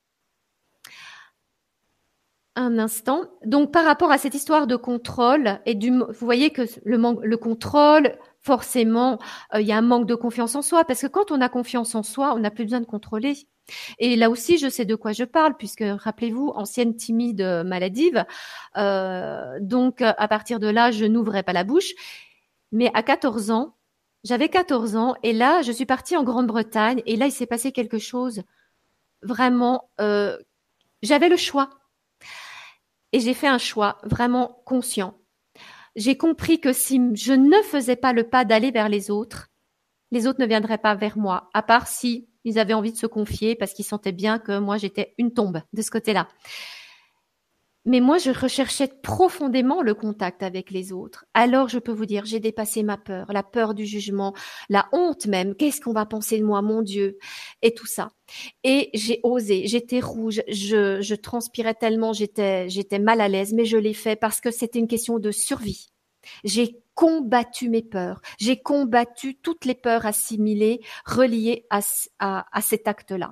Un instant. Donc, par rapport à cette histoire de contrôle et vous voyez que le contrôle, forcément, il y a un manque de confiance en soi parce que quand on a confiance en soi, on n'a plus besoin de contrôler. Et là aussi, je sais de quoi je parle puisque, rappelez-vous, ancienne timide maladive. Donc, à partir de là, je n'ouvrais pas la bouche. Mais à 14 ans, j'avais 14 ans et là, je suis partie en Grande-Bretagne et là, il s'est passé quelque chose vraiment. J'avais le choix. Et j'ai fait un choix vraiment conscient. J'ai compris que si je ne faisais pas le pas d'aller vers les autres ne viendraient pas vers moi, à part si ils avaient envie de se confier parce qu'ils sentaient bien que moi j'étais une tombe de ce côté-là. Mais moi, je recherchais profondément le contact avec les autres. Alors, je peux vous dire, j'ai dépassé ma peur, la peur du jugement, la honte même. Qu'est-ce qu'on va penser de moi, mon Dieu? Et tout ça. Et j'ai osé, j'étais rouge, je transpirais tellement, j'étais mal à l'aise, mais je l'ai fait parce que c'était une question de survie. J'ai combattu mes peurs, j'ai combattu toutes les peurs assimilées, reliées à cet acte-là.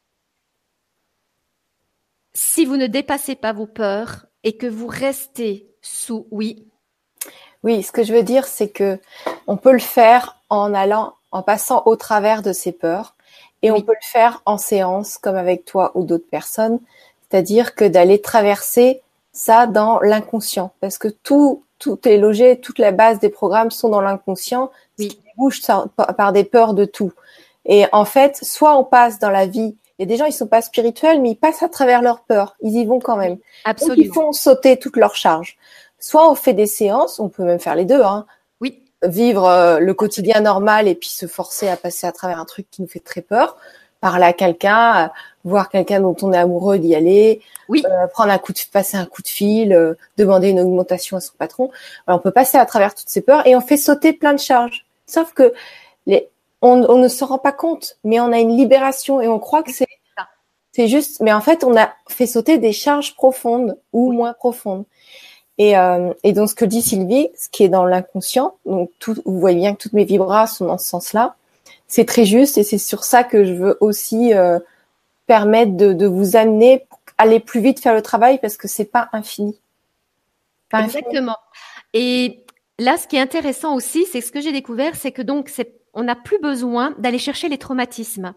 Si vous ne dépassez pas vos peurs et que vous restez Oui. Oui, ce que je veux dire, c'est que on peut le faire en passant au travers de ses peurs, et on peut le faire en séance, comme avec toi ou d'autres personnes. C'est-à-dire que d'aller traverser ça dans l'inconscient, parce que tout est logé, toute la base des programmes sont dans l'inconscient, ce qui débouche par des peurs de tout. Et en fait, soit on passe dans la vie, il y a des gens, ils sont pas spirituels, mais ils passent à travers leurs peurs, ils y vont quand même. Absolument. Donc ils font sauter toute leur charge. Soit on fait des séances, on peut même faire les deux, hein. Oui. Vivre le quotidien normal et puis se forcer à passer à travers un truc qui nous fait très peur, parler à quelqu'un, voir quelqu'un dont on est amoureux, d'y aller, passer un coup de fil, demander une augmentation à son patron. Alors, on peut passer à travers toutes ces peurs et on fait sauter plein de charges. Sauf que on ne se rend pas compte, mais on a une libération et on croit que c'est juste, mais en fait, on a fait sauter des charges profondes ou moins profondes. Et donc, ce que dit Sylvie, ce qui est dans l'inconscient, donc vous voyez bien que toutes mes vibras sont dans ce sens-là, c'est très juste et c'est sur ça que je veux aussi permettre de vous amener pour aller plus vite faire le travail parce que c'est pas infini. Exactement. Et là, ce qui est intéressant aussi, c'est ce que j'ai découvert, c'est que donc on n'a plus besoin d'aller chercher les traumatismes.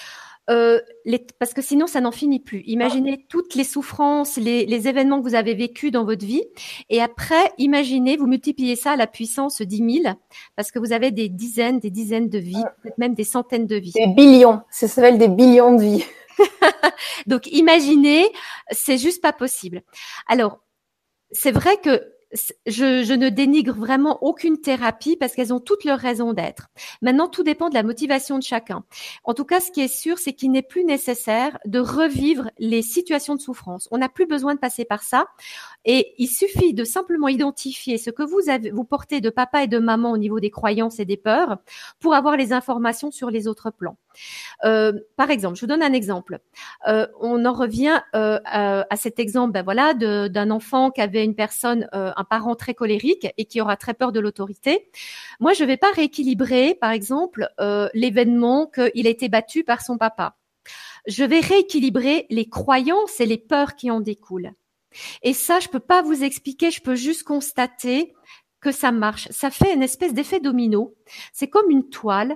Parce que sinon, ça n'en finit plus. Imaginez toutes les souffrances, les événements que vous avez vécus dans votre vie. Et après, imaginez, vous multipliez ça à la puissance 10 000, parce que vous avez des dizaines de vies, peut-être même des centaines de vies. Des billions. Ça s'appelle des billions de vies. Donc, imaginez, c'est juste pas possible. Alors, c'est vrai que je ne dénigre vraiment aucune thérapie parce qu'elles ont toutes leurs raisons d'être. Maintenant, tout dépend de la motivation de chacun. En tout cas, ce qui est sûr, c'est qu'il n'est plus nécessaire de revivre les situations de souffrance. On n'a plus besoin de passer par ça. Et il suffit de simplement identifier ce que vous portez de papa et de maman au niveau des croyances et des peurs pour avoir les informations sur les autres plans. Par exemple, je vous donne un exemple. On en revient à cet exemple, d'un enfant qui avait un parent très colérique et qui aura très peur de l'autorité. Moi, je ne vais pas rééquilibrer, par exemple, l'événement qu'il a été battu par son papa. Je vais rééquilibrer les croyances et les peurs qui en découlent. Et ça, je peux pas vous expliquer, je peux juste constater que ça marche. Ça fait une espèce d'effet domino. C'est comme une toile.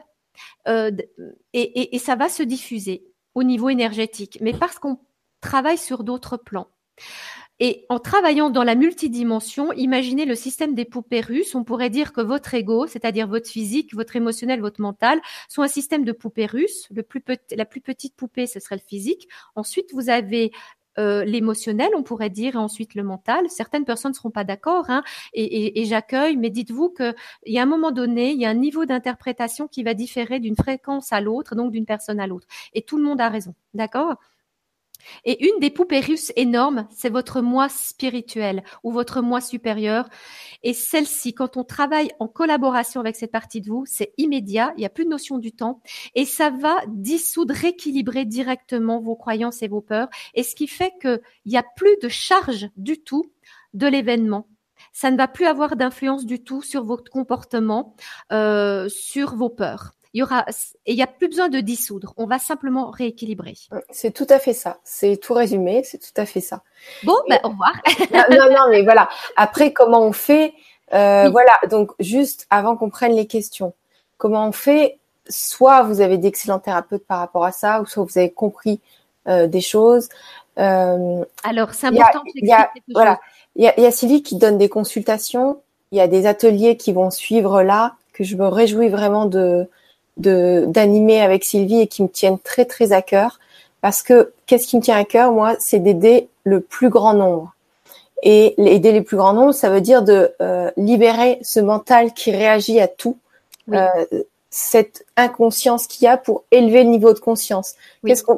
Et ça va se diffuser au niveau énergétique, mais parce qu'on travaille sur d'autres plans. Et en travaillant dans la multidimension, imaginez le système des poupées russes. On pourrait dire que votre ego, c'est-à-dire votre physique, votre émotionnel, votre mental, sont un système de poupées russes. La plus petite poupée, ce serait le physique. Ensuite, vous avez l'émotionnel, on pourrait dire, et ensuite le mental. Certaines personnes ne seront pas d'accord, hein, et j'accueille, mais dites-vous qu'il y a un moment donné, il y a un niveau d'interprétation qui va différer d'une fréquence à l'autre, donc d'une personne à l'autre. Et tout le monde a raison, d'accord ? Et une des poupées russes énormes, c'est votre moi spirituel ou votre moi supérieur. Et celle-ci, quand on travaille en collaboration avec cette partie de vous, c'est immédiat, il n'y a plus de notion du temps. Et ça va dissoudre, rééquilibrer directement vos croyances et vos peurs. Et ce qui fait qu'il n'y a plus de charge du tout de l'événement. Ça ne va plus avoir d'influence du tout sur votre comportement, sur vos peurs. Il y a plus besoin de dissoudre. On va simplement rééquilibrer. C'est tout à fait ça. C'est tout résumé. C'est tout à fait ça. Bon, au revoir. non, mais voilà. Après, comment on fait Voilà. Donc, juste avant qu'on prenne les questions, comment on fait Soit vous avez d'excellents thérapeutes par rapport à ça, ou soit vous avez compris des choses. Alors, c'est important que j'explique quelque chose. Il y a Sylvie qui donne des consultations. Il y a des ateliers qui vont suivre là, que je me réjouis vraiment d'animer avec Sylvie et qui me tiennent très très à cœur, parce que qu'est-ce qui me tient à cœur, moi, c'est d'aider le plus grand nombre. Et aider les plus grands nombres, ça veut dire de libérer ce mental qui réagit à tout, cette inconscience qu'il y a, pour élever le niveau de conscience. Pourquoi ?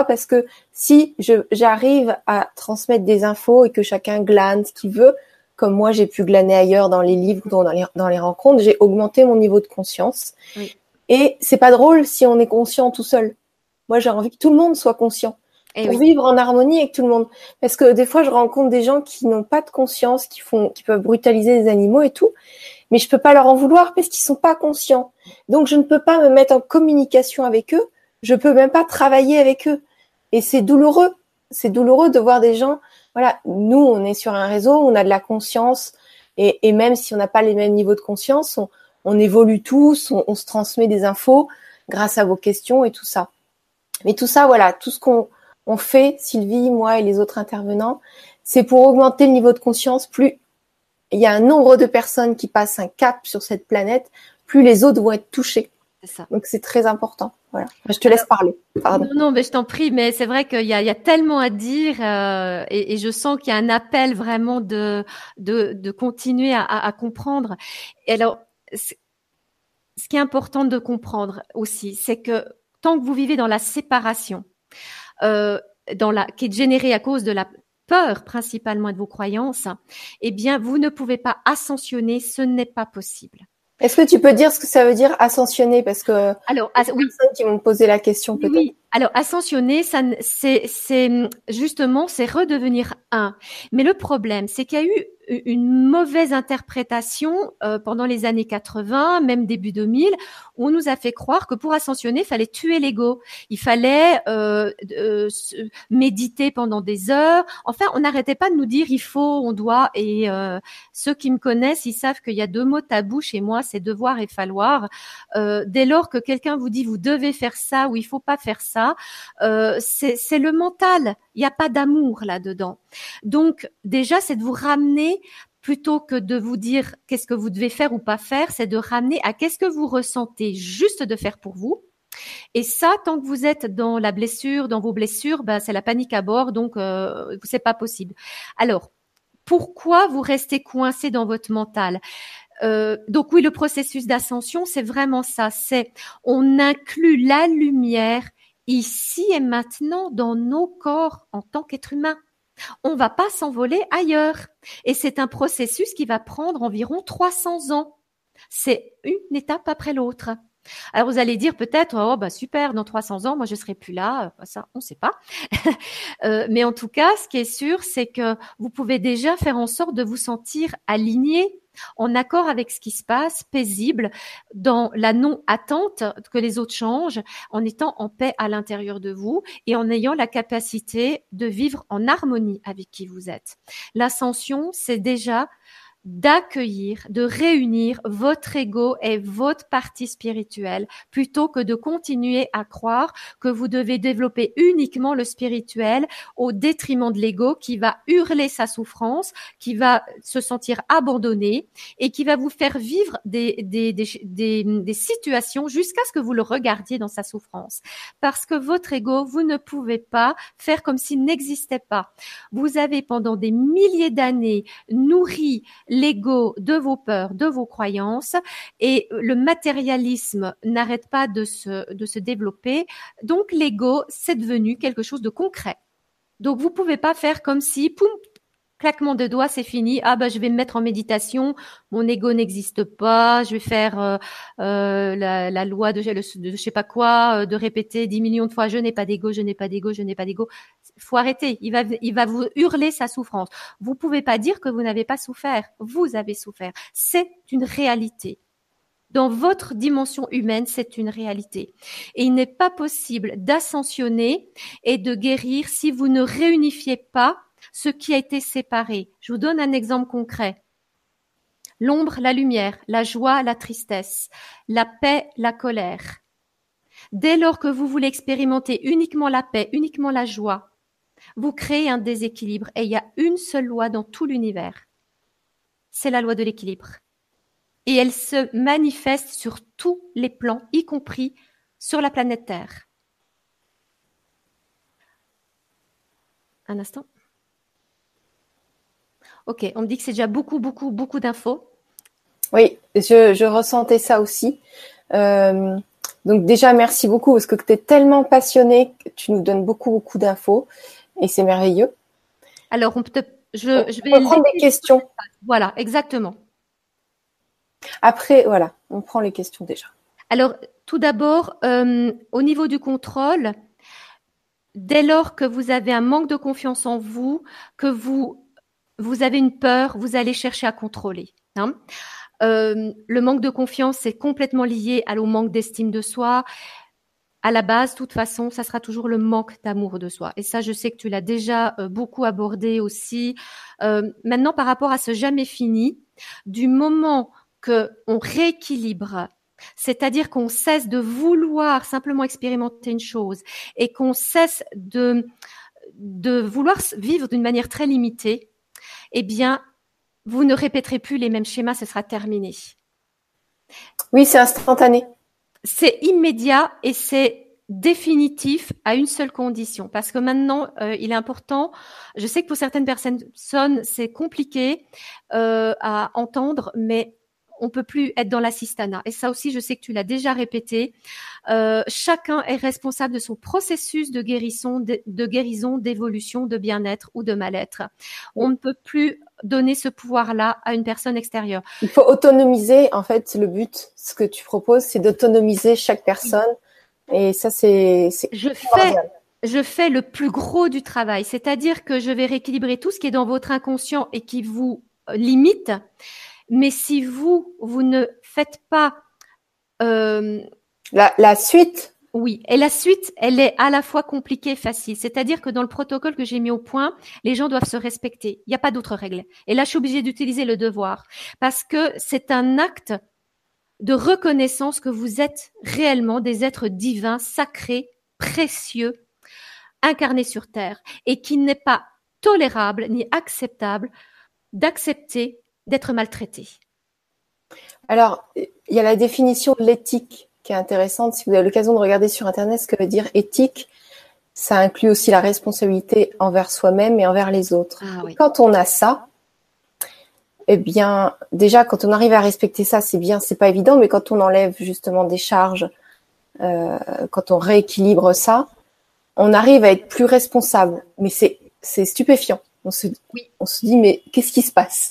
Parce que si j'arrive à transmettre des infos et que chacun glane ce qu'il veut, comme moi j'ai pu glaner ailleurs dans les livres, dans les rencontres, j'ai augmenté mon niveau de conscience. Oui. Et c'est pas drôle si on est conscient tout seul. Moi, j'ai envie que tout le monde soit conscient pour vivre en harmonie avec tout le monde. Parce que des fois, je rencontre des gens qui n'ont pas de conscience, qui peuvent brutaliser les animaux et tout, mais je peux pas leur en vouloir parce qu'ils sont pas conscients. Donc, je ne peux pas me mettre en communication avec eux. Je peux même pas travailler avec eux. Et c'est douloureux. C'est douloureux de voir des gens voilà, nous, on est sur un réseau, on a de la conscience, et même si on n'a pas les mêmes niveaux de conscience, on évolue tous, on se transmet des infos grâce à vos questions et tout ça. Mais tout ça, voilà, tout ce qu'on fait, Sylvie, moi et les autres intervenants, c'est pour augmenter le niveau de conscience. Plus il y a un nombre de personnes qui passent un cap sur cette planète, plus les autres vont être touchés. C'est ça. Donc c'est très important. Voilà. Je te laisse parler. Pardon. Non, mais je t'en prie, mais c'est vrai qu'il y a tellement à dire et je sens qu'il y a un appel vraiment de continuer à comprendre. Et alors, ce qui est important de comprendre aussi, c'est que tant que vous vivez dans la séparation, qui est générée à cause de la peur principalement de vos croyances, eh bien, vous ne pouvez pas ascensionner, ce n'est pas possible. Est-ce que tu peux dire ce que ça veut dire ascensionner? Parce que alors, oui, personnes qui m'ont posé la question peut-être. Oui. Alors, ascensionner, c'est justement, c'est redevenir un. Mais le problème, c'est qu'il y a eu une mauvaise interprétation pendant les années 80, même début 2000, où on nous a fait croire que pour ascensionner, il fallait tuer l'ego, il fallait méditer pendant des heures. Enfin, on n'arrêtait pas de nous dire il faut, on doit. Et ceux qui me connaissent, ils savent qu'il y a 2 mots tabous chez moi, c'est devoir et falloir. Dès lors que quelqu'un vous dit vous devez faire ça ou il faut pas faire ça, c'est le mental. Il n'y a pas d'amour là-dedans. Donc déjà, c'est de vous ramener, plutôt que de vous dire qu'est-ce que vous devez faire ou pas faire, c'est de ramener à qu'est-ce que vous ressentez juste de faire pour vous. Et ça, tant que vous êtes dans la blessure, dans vos blessures, ben, c'est la panique à bord, donc c'est pas possible. Alors, pourquoi vous restez coincé dans votre mental? Donc oui, le processus d'ascension, c'est vraiment ça. C'est on inclut la lumière ici et maintenant dans nos corps en tant qu'être humain. On va pas s'envoler ailleurs. Et c'est un processus qui va prendre environ 300 ans. C'est une étape après l'autre. Alors vous allez dire peut-être, oh bah super, dans 300 ans, moi je serai plus là. Ça, on ne sait pas. Mais en tout cas, ce qui est sûr, c'est que vous pouvez déjà faire en sorte de vous sentir aligné, en accord avec ce qui se passe, paisible, dans la non-attente que les autres changent, en étant en paix à l'intérieur de vous et en ayant la capacité de vivre en harmonie avec qui vous êtes. L'ascension, c'est déjà d'accueillir, de réunir votre ego et votre partie spirituelle, plutôt que de continuer à croire que vous devez développer uniquement le spirituel au détriment de l'ego qui va hurler sa souffrance, qui va se sentir abandonné et qui va vous faire vivre des situations jusqu'à ce que vous le regardiez dans sa souffrance. Parce que votre ego, vous ne pouvez pas faire comme s'il n'existait pas. Vous avez pendant des milliers d'années nourri l'ego de vos peurs, de vos croyances, et le matérialisme n'arrête pas de se développer. Donc l'ego, c'est devenu quelque chose de concret. Donc vous pouvez pas faire comme si, poum, claquement de doigts, c'est fini. Ah bah je vais me mettre en méditation, mon ego n'existe pas, je vais faire la loi de je sais pas quoi, de répéter 10 millions de fois je n'ai pas d'ego, je n'ai pas d'ego, je n'ai pas d'ego. Faut arrêter, il va vous hurler sa souffrance. Vous pouvez pas dire que vous n'avez pas souffert, vous avez souffert. C'est une réalité. Dans votre dimension humaine, c'est une réalité. Et il n'est pas possible d'ascensionner et de guérir si vous ne réunifiez pas ce qui a été séparé. Je vous donne un exemple concret. L'ombre, la lumière, la joie, la tristesse, la paix, la colère. Dès lors que vous voulez expérimenter uniquement la paix, uniquement la joie, vous créez un déséquilibre et il y a une seule loi dans tout l'univers. C'est la loi de l'équilibre. Et elle se manifeste sur tous les plans, y compris sur la planète Terre. Un instant. Ok, on me dit que c'est déjà beaucoup d'infos. Oui, je ressentais ça aussi. Donc déjà, merci beaucoup parce que tu es tellement passionné, que tu nous donnes beaucoup d'infos et c'est merveilleux. Alors, je vais prendre des questions. Voilà, exactement. Après, voilà, on prend les questions déjà. Alors, tout d'abord, au niveau du contrôle, dès lors que vous avez un manque de confiance en vous, que vous avez une peur, vous allez chercher à contrôler. Hein. Le manque de confiance, c'est complètement lié au manque d'estime de soi, à la base, de toute façon, ça sera toujours le manque d'amour de soi. Et ça, je sais que tu l'as déjà beaucoup abordé aussi. Maintenant, par rapport à ce jamais fini, du moment que on rééquilibre, c'est-à-dire qu'on cesse de vouloir simplement expérimenter une chose et qu'on cesse de vouloir vivre d'une manière très limitée, eh bien, vous ne répéterez plus les mêmes schémas, ce sera terminé. Oui, c'est instantané. C'est immédiat et c'est définitif à une seule condition. Parce que maintenant, il est important, je sais que pour certaines personnes, c'est compliqué à entendre, mais on peut plus être dans l'assistanat. Et ça aussi, je sais que tu l'as déjà répété. Chacun est responsable de son processus de guérison, d'évolution, de bien-être ou de mal-être. On ne peut plus donner ce pouvoir-là à une personne extérieure. Il faut autonomiser, en fait, le but, ce que tu proposes, c'est d'autonomiser chaque personne. Et ça, c'est je fais le plus gros du travail, c'est-à-dire que je vais rééquilibrer tout ce qui est dans votre inconscient et qui vous limite. Mais si vous ne faites pas la suite. Oui, et la suite, elle est à la fois compliquée et facile. C'est-à-dire que dans le protocole que j'ai mis au point, les gens doivent se respecter. Il n'y a pas d'autre règle. Et là, je suis obligée d'utiliser le devoir parce que c'est un acte de reconnaissance que vous êtes réellement des êtres divins, sacrés, précieux, incarnés sur Terre et qu'il n'est pas tolérable ni acceptable d'accepter d'être maltraité. Alors, il y a la définition de l'éthique qui est intéressante. Si vous avez l'occasion de regarder sur Internet ce que veut dire éthique, ça inclut aussi la responsabilité envers soi-même et envers les autres. Ah, oui. Quand on a ça, eh bien, déjà, quand on arrive à respecter ça, c'est bien, c'est pas évident, mais quand on enlève justement des charges, quand on rééquilibre ça, on arrive à être plus responsable. Mais c'est stupéfiant. On se dit, mais qu'est-ce qui se passe?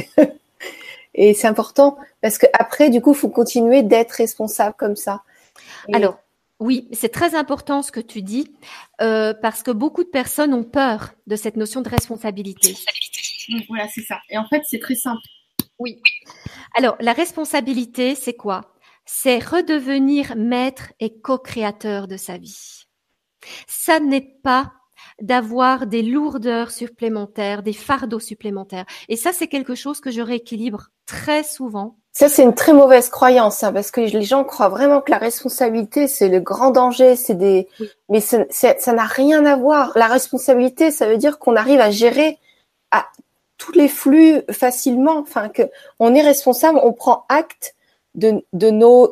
Et c'est important parce que après, du coup, il faut continuer d'être responsable comme ça. Alors, oui, c'est très important ce que tu dis parce que beaucoup de personnes ont peur de cette notion de responsabilité. Voilà, c'est ça. Et en fait, c'est très simple. Oui. Alors, la responsabilité, c'est quoi? C'est redevenir maître et co-créateur de sa vie. Ça n'est pas d'avoir des lourdeurs supplémentaires, des fardeaux supplémentaires. Et ça, c'est quelque chose que je rééquilibre très souvent. Ça, c'est une très mauvaise croyance, hein, parce que les gens croient vraiment que la responsabilité, c'est le grand danger, mais ça n'a rien à voir. La responsabilité, ça veut dire qu'on arrive à gérer tous les flux facilement, enfin que on est responsable, on prend acte de nos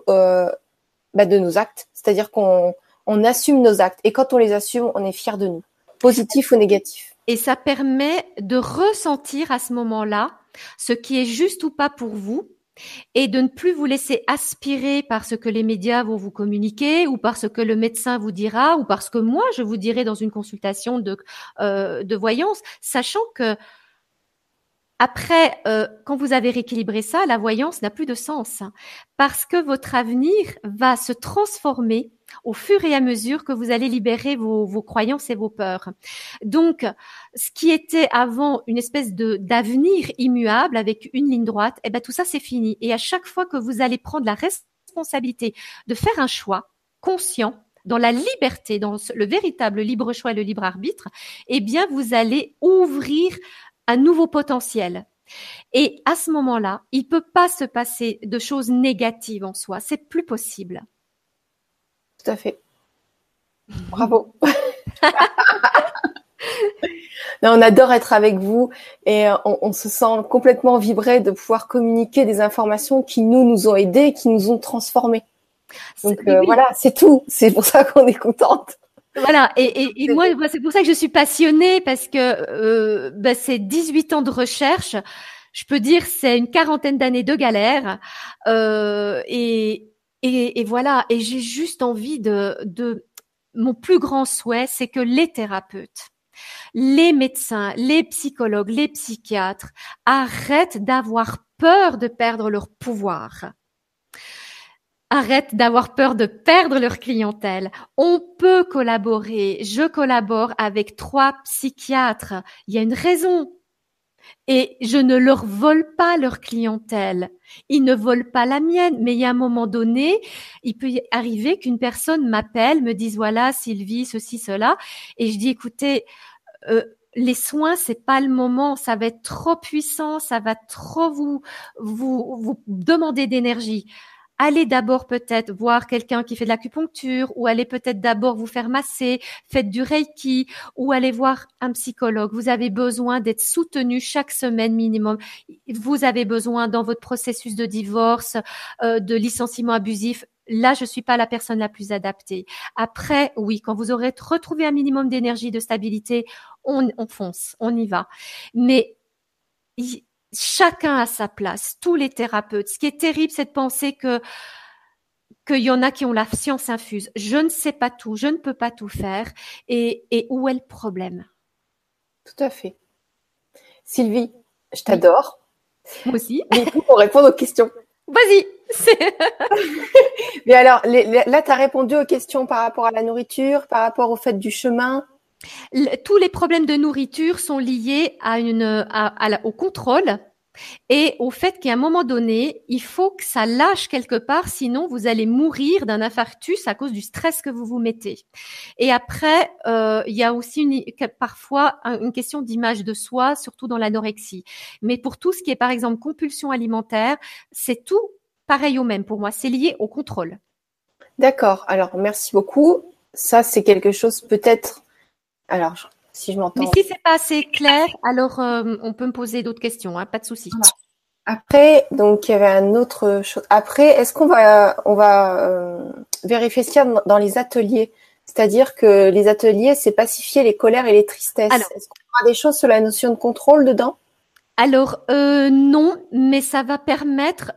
actes, c'est-à-dire qu'on assume nos actes, et quand on les assume, on est fier de nous, positif ou négatif. Et ça permet de ressentir à ce moment-là ce qui est juste ou pas pour vous, et de ne plus vous laisser aspirer par ce que les médias vont vous communiquer ou par ce que le médecin vous dira ou parce que moi je vous dirai dans une consultation de voyance, sachant que après, quand vous avez rééquilibré ça, la voyance n'a plus de sens parce que votre avenir va se transformer au fur et à mesure que vous allez libérer vos croyances et vos peurs. Donc, ce qui était avant une espèce d'avenir immuable avec une ligne droite, eh ben tout ça c'est fini. Et à chaque fois que vous allez prendre la responsabilité de faire un choix conscient, dans la liberté, dans le véritable libre choix et le libre arbitre, eh bien vous allez ouvrir un nouveau potentiel. Et à ce moment-là, il peut pas se passer de choses négatives en soi. C'est plus possible. Tout à fait. Bravo. Non, on adore être avec vous et on se sent complètement vibré de pouvoir communiquer des informations qui nous ont aidés, qui nous ont transformés. Donc voilà, c'est tout. C'est pour ça qu'on est contente. Voilà, et moi, c'est pour ça que je suis passionnée parce que c'est 18 ans de recherche. Je peux dire c'est une 40aine d'années de galère et voilà. Et j'ai juste envie de mon plus grand souhait, c'est que les thérapeutes, les médecins, les psychologues, les psychiatres arrêtent d'avoir peur de perdre leur pouvoir. Arrête d'avoir peur de perdre leur clientèle. On peut collaborer. Je collabore avec 3 psychiatres. Il y a une raison. Et je ne leur vole pas leur clientèle. Ils ne volent pas la mienne. Mais il y a un moment donné, il peut y arriver qu'une personne m'appelle, me dise voilà, Sylvie, ceci, cela. Et je dis écoutez, les soins, c'est pas le moment. Ça va être trop puissant. Ça va trop vous demander d'énergie. Allez d'abord peut-être voir quelqu'un qui fait de l'acupuncture, ou allez peut-être d'abord vous faire masser, faites du Reiki, ou allez voir un psychologue. Vous avez besoin d'être soutenu chaque semaine minimum. Vous avez besoin dans votre processus de divorce, de licenciement abusif. Là, je suis pas la personne la plus adaptée. Après, oui, quand vous aurez retrouvé un minimum d'énergie, de stabilité, on fonce, on y va. Mais chacun a sa place, tous les thérapeutes. Ce qui est terrible, c'est de penser qu'il y en a qui ont la science infuse. Je ne sais pas tout, je ne peux pas tout faire. Et où est le problème? Tout à fait. Sylvie, je Oui, t'adore. moi aussi. Du coup, pour répondre aux questions. Vas-y. Mais alors, là, tu as répondu aux questions par rapport à la nourriture, par rapport au fait du chemin. Tous les problèmes de nourriture sont liés au contrôle et au fait qu'à un moment donné, il faut que ça lâche quelque part, sinon vous allez mourir d'un infarctus à cause du stress que vous vous mettez. Et après, il y a aussi parfois une question d'image de soi, surtout dans l'anorexie. Mais pour tout ce qui est, par exemple, compulsion alimentaire, c'est tout pareil au même pour moi. C'est lié au contrôle. D'accord. Alors, merci beaucoup. Ça, c'est quelque chose peut-être. Alors, si je Mais m'entends. si c'est pas assez clair, alors on peut me poser d'autres questions, hein, pas de souci. Voilà. Après, donc il y avait un autre chose. Après, est-ce qu'on va vérifier ça dans les ateliers? C'est-à-dire que les ateliers, c'est pacifier les colères et les tristesses. Alors, Est-ce qu'on aura des choses sur la notion de contrôle dedans? non, mais ça va permettre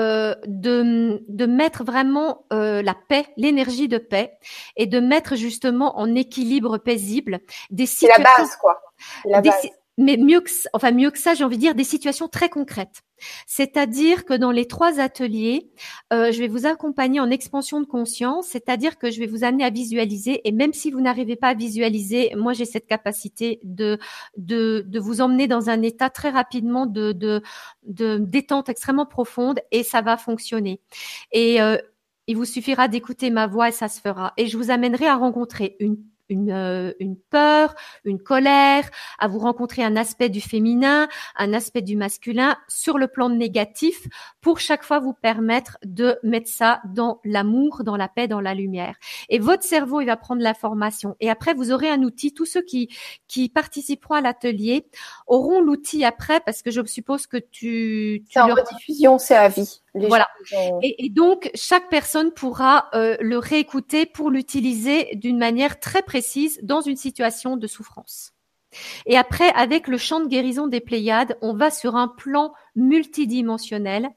de mettre vraiment la paix, l'énergie de paix, et de mettre justement en équilibre paisible des C'est la situations. base, quoi. C'est la base. Mais mieux que ça, j'ai envie de dire des situations très concrètes. C'est-à-dire que dans les 3 ateliers, je vais vous accompagner en expansion de conscience, c'est-à-dire que je vais vous amener à visualiser, et même si vous n'arrivez pas à visualiser, moi j'ai cette capacité de vous emmener dans un état très rapidement de détente extrêmement profonde, et ça va fonctionner. Et il vous suffira d'écouter ma voix et ça se fera. Et je vous amènerai à rencontrer une peur, une colère, à vous rencontrer un aspect du féminin, un aspect du masculin sur le plan négatif, pour chaque fois vous permettre de mettre ça dans l'amour, dans la paix, dans la lumière. Et votre cerveau, il va prendre l'information. Et après, vous aurez un outil. Tous ceux qui participeront à l'atelier auront l'outil après, parce que je suppose que tu C'est en leur... rediffusion, c'est à vie. Les Voilà. gens, Et donc, chaque personne pourra le réécouter pour l'utiliser d'une manière très précise dans une situation de souffrance. Et après, avec le champ de guérison des Pléiades, on va sur un plan multidimensionnel.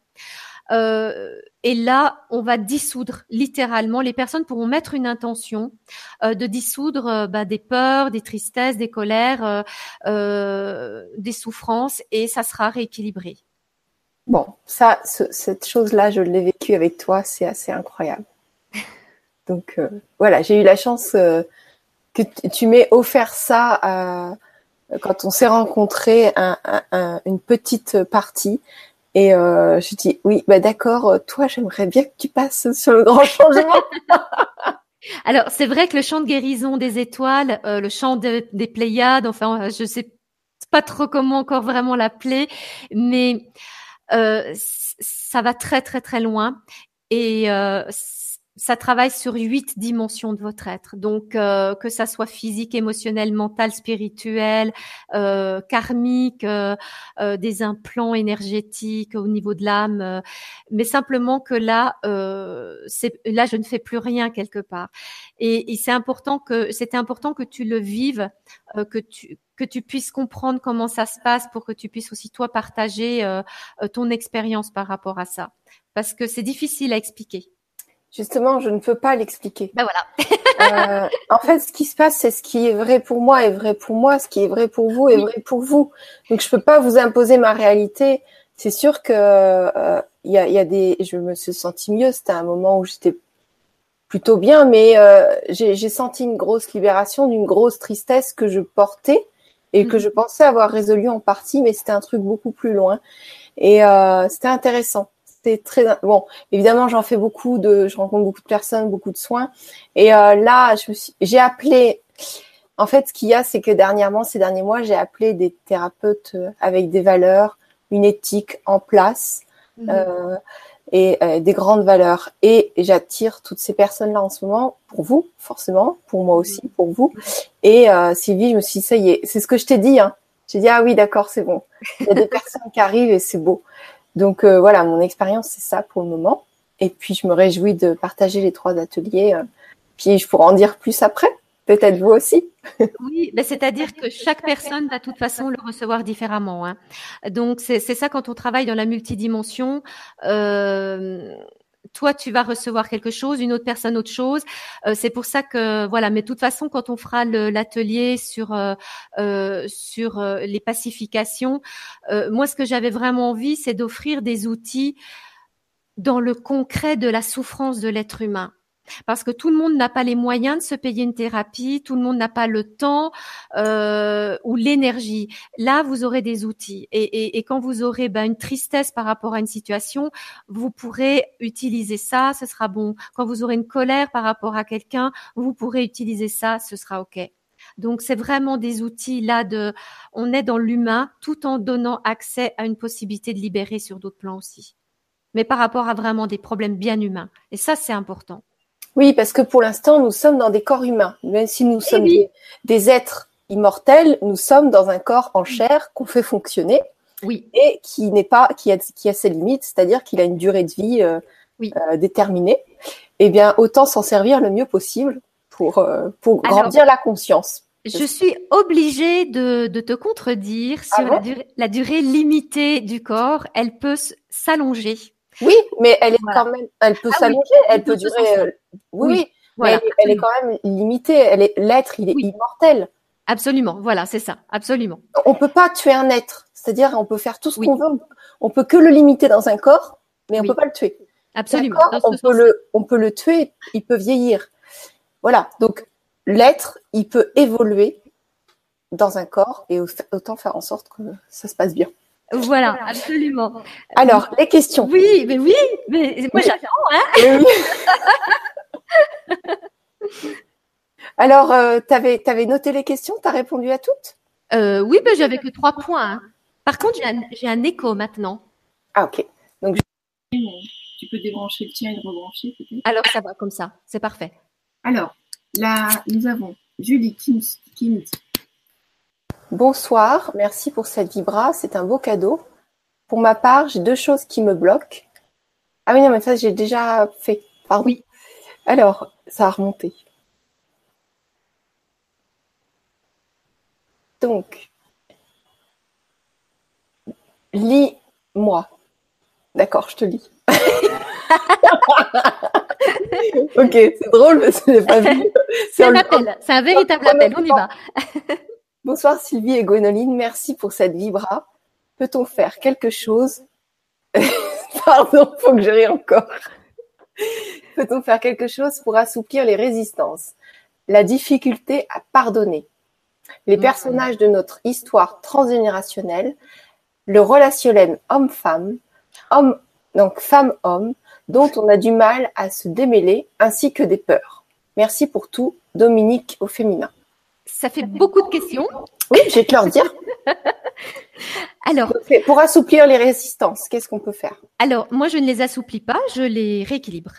Et là, on va dissoudre littéralement. Les personnes pourront mettre une intention de dissoudre des peurs, des tristesses, des colères, des souffrances, et ça sera rééquilibré. bon, ça, cette chose-là, je l'ai vécue avec toi, c'est assez incroyable. Donc voilà, j'ai eu la chance que tu m'aies offert ça quand on s'est rencontrés, une petite partie. Et je dis oui, bah d'accord, toi, j'aimerais bien que tu passes sur le grand changement. Alors, c'est vrai que le chant de guérison des étoiles, le chant des Pléiades, enfin, je sais pas trop comment encore vraiment l'appeler, mais ça va très très très loin, et ça travaille sur 8 dimensions de votre être. Donc, que ça soit physique, émotionnel, mental, spirituel, karmique, des implants énergétiques au niveau de l'âme, mais simplement que là, là, je ne fais plus rien quelque part. Et c'était important que tu le vives, que tu puisses comprendre comment ça se passe, pour que tu puisses aussi toi partager ton expérience par rapport à ça, parce que c'est difficile à expliquer. Justement, je ne peux pas l'expliquer. Ben voilà. En fait, ce qui se passe, c'est ce qui est vrai pour moi est vrai pour moi, ce qui est vrai pour vous est vrai pour vous. Donc, je peux pas vous imposer ma réalité. C'est sûr que il y a des, je me suis sentie mieux. C'était un moment où j'étais plutôt bien, mais j'ai senti une grosse libération d'une grosse tristesse que je portais et que je pensais avoir résolu en partie, mais c'était un truc beaucoup plus loin. Et c'était intéressant. C'était très bon. Évidemment, je rencontre beaucoup de personnes, beaucoup de soins. Et là, j'ai appelé. En fait, ce qu'il y a, c'est que ces derniers mois, j'ai appelé des thérapeutes avec des valeurs, une éthique en place et des grandes valeurs. Et j'attire toutes ces personnes-là en ce moment pour vous, forcément, pour moi aussi, pour vous. Et Sylvie, je me suis dit, ça y est, c'est ce que je t'ai dit. Hein. J'ai dit, ah oui, d'accord, c'est bon. Il y a des personnes qui arrivent et c'est beau. Donc voilà, mon expérience, c'est ça pour le moment. Et puis, je me réjouis de partager les 3 ateliers. Puis, je pourrai en dire plus après. Peut-être vous aussi. Oui, ben c'est-à-dire que chaque personne va de toute façon le recevoir différemment. Hein. Donc, c'est ça quand on travaille dans la multidimension. Toi, tu vas recevoir quelque chose, une autre personne autre chose. C'est pour ça que voilà. Mais de toute façon, quand on fera l'atelier sur les pacifications, moi, ce que j'avais vraiment envie, c'est d'offrir des outils dans le concret de la souffrance de l'être humain. Parce que tout le monde n'a pas les moyens de se payer une thérapie, tout le monde n'a pas le temps ou l'énergie. Là, vous aurez des outils. Et quand vous aurez une tristesse par rapport à une situation, vous pourrez utiliser ça, ce sera bon. Quand vous aurez une colère par rapport à quelqu'un, vous pourrez utiliser ça, ce sera OK. Donc, c'est vraiment des outils là on est dans l'humain tout en donnant accès à une possibilité de libérer sur d'autres plans aussi. Mais par rapport à vraiment des problèmes bien humains. Et ça, c'est important. Oui, parce que pour l'instant, nous sommes dans des corps humains. Même si nous sommes des êtres immortels, nous sommes dans un corps en chair qu'on fait fonctionner. Oui. Et qui a ses limites, c'est-à-dire qu'il a une durée de vie déterminée. Eh bien, autant s'en servir le mieux possible pour grandir la conscience. Je suis obligée de te contredire sur la durée limitée du corps. Elle peut s'allonger. Oui, mais elle est quand même, elle peut s'allonger, elle peut durer. Oui, voilà, mais elle est quand même limitée. L'être, il est immortel. Absolument, voilà, c'est ça, absolument. On peut pas tuer un être, c'est-à-dire on peut faire tout ce qu'on veut, on peut que le limiter dans un corps, mais on peut pas le tuer. Absolument. On peut le tuer, il peut vieillir. Voilà, donc l'être, il peut évoluer dans un corps et autant faire en sorte que ça se passe bien. Voilà, absolument. Alors, les questions. Oui, mais moi j'attends, hein. Oui. Alors, t'avais noté les questions, t'as répondu à toutes? Oui, mais j'avais que 3 points. Hein. Par contre, j'ai un écho maintenant. Ah, ok. Donc, tu peux débrancher le tien et le rebrancher, peut-être. Alors, ça va comme ça, c'est parfait. Alors, là, nous avons Julie Kim. Bonsoir, merci pour cette vibra, c'est un beau cadeau. Pour ma part, j'ai 2 choses qui me bloquent. Ah oui, non, mais ça, j'ai déjà fait. Pardon. Oui. Alors, ça a remonté. Donc, lis-moi. D'accord, je te lis. Ok, c'est drôle parce que je n'ai pas vu. C'est un appel, c'est un véritable appel, on y va. Bonsoir Sylvie et Gwénoline, merci pour cette vibra. Peut-on faire quelque chose Pardon, faut que je rie encore. Peut-on faire quelque chose pour assouplir les résistances, la difficulté à pardonner, les personnages de notre histoire transgénérationnelle, le relationnel homme-femme, donc femme-homme, dont on a du mal à se démêler, ainsi que des peurs. Merci pour tout, Dominique au féminin. Ça fait beaucoup de questions. Oui, je vais te leur dire. Alors, pour assouplir les résistances, qu'est-ce qu'on peut faire? Alors, moi, je ne les assouplis pas, je les rééquilibre.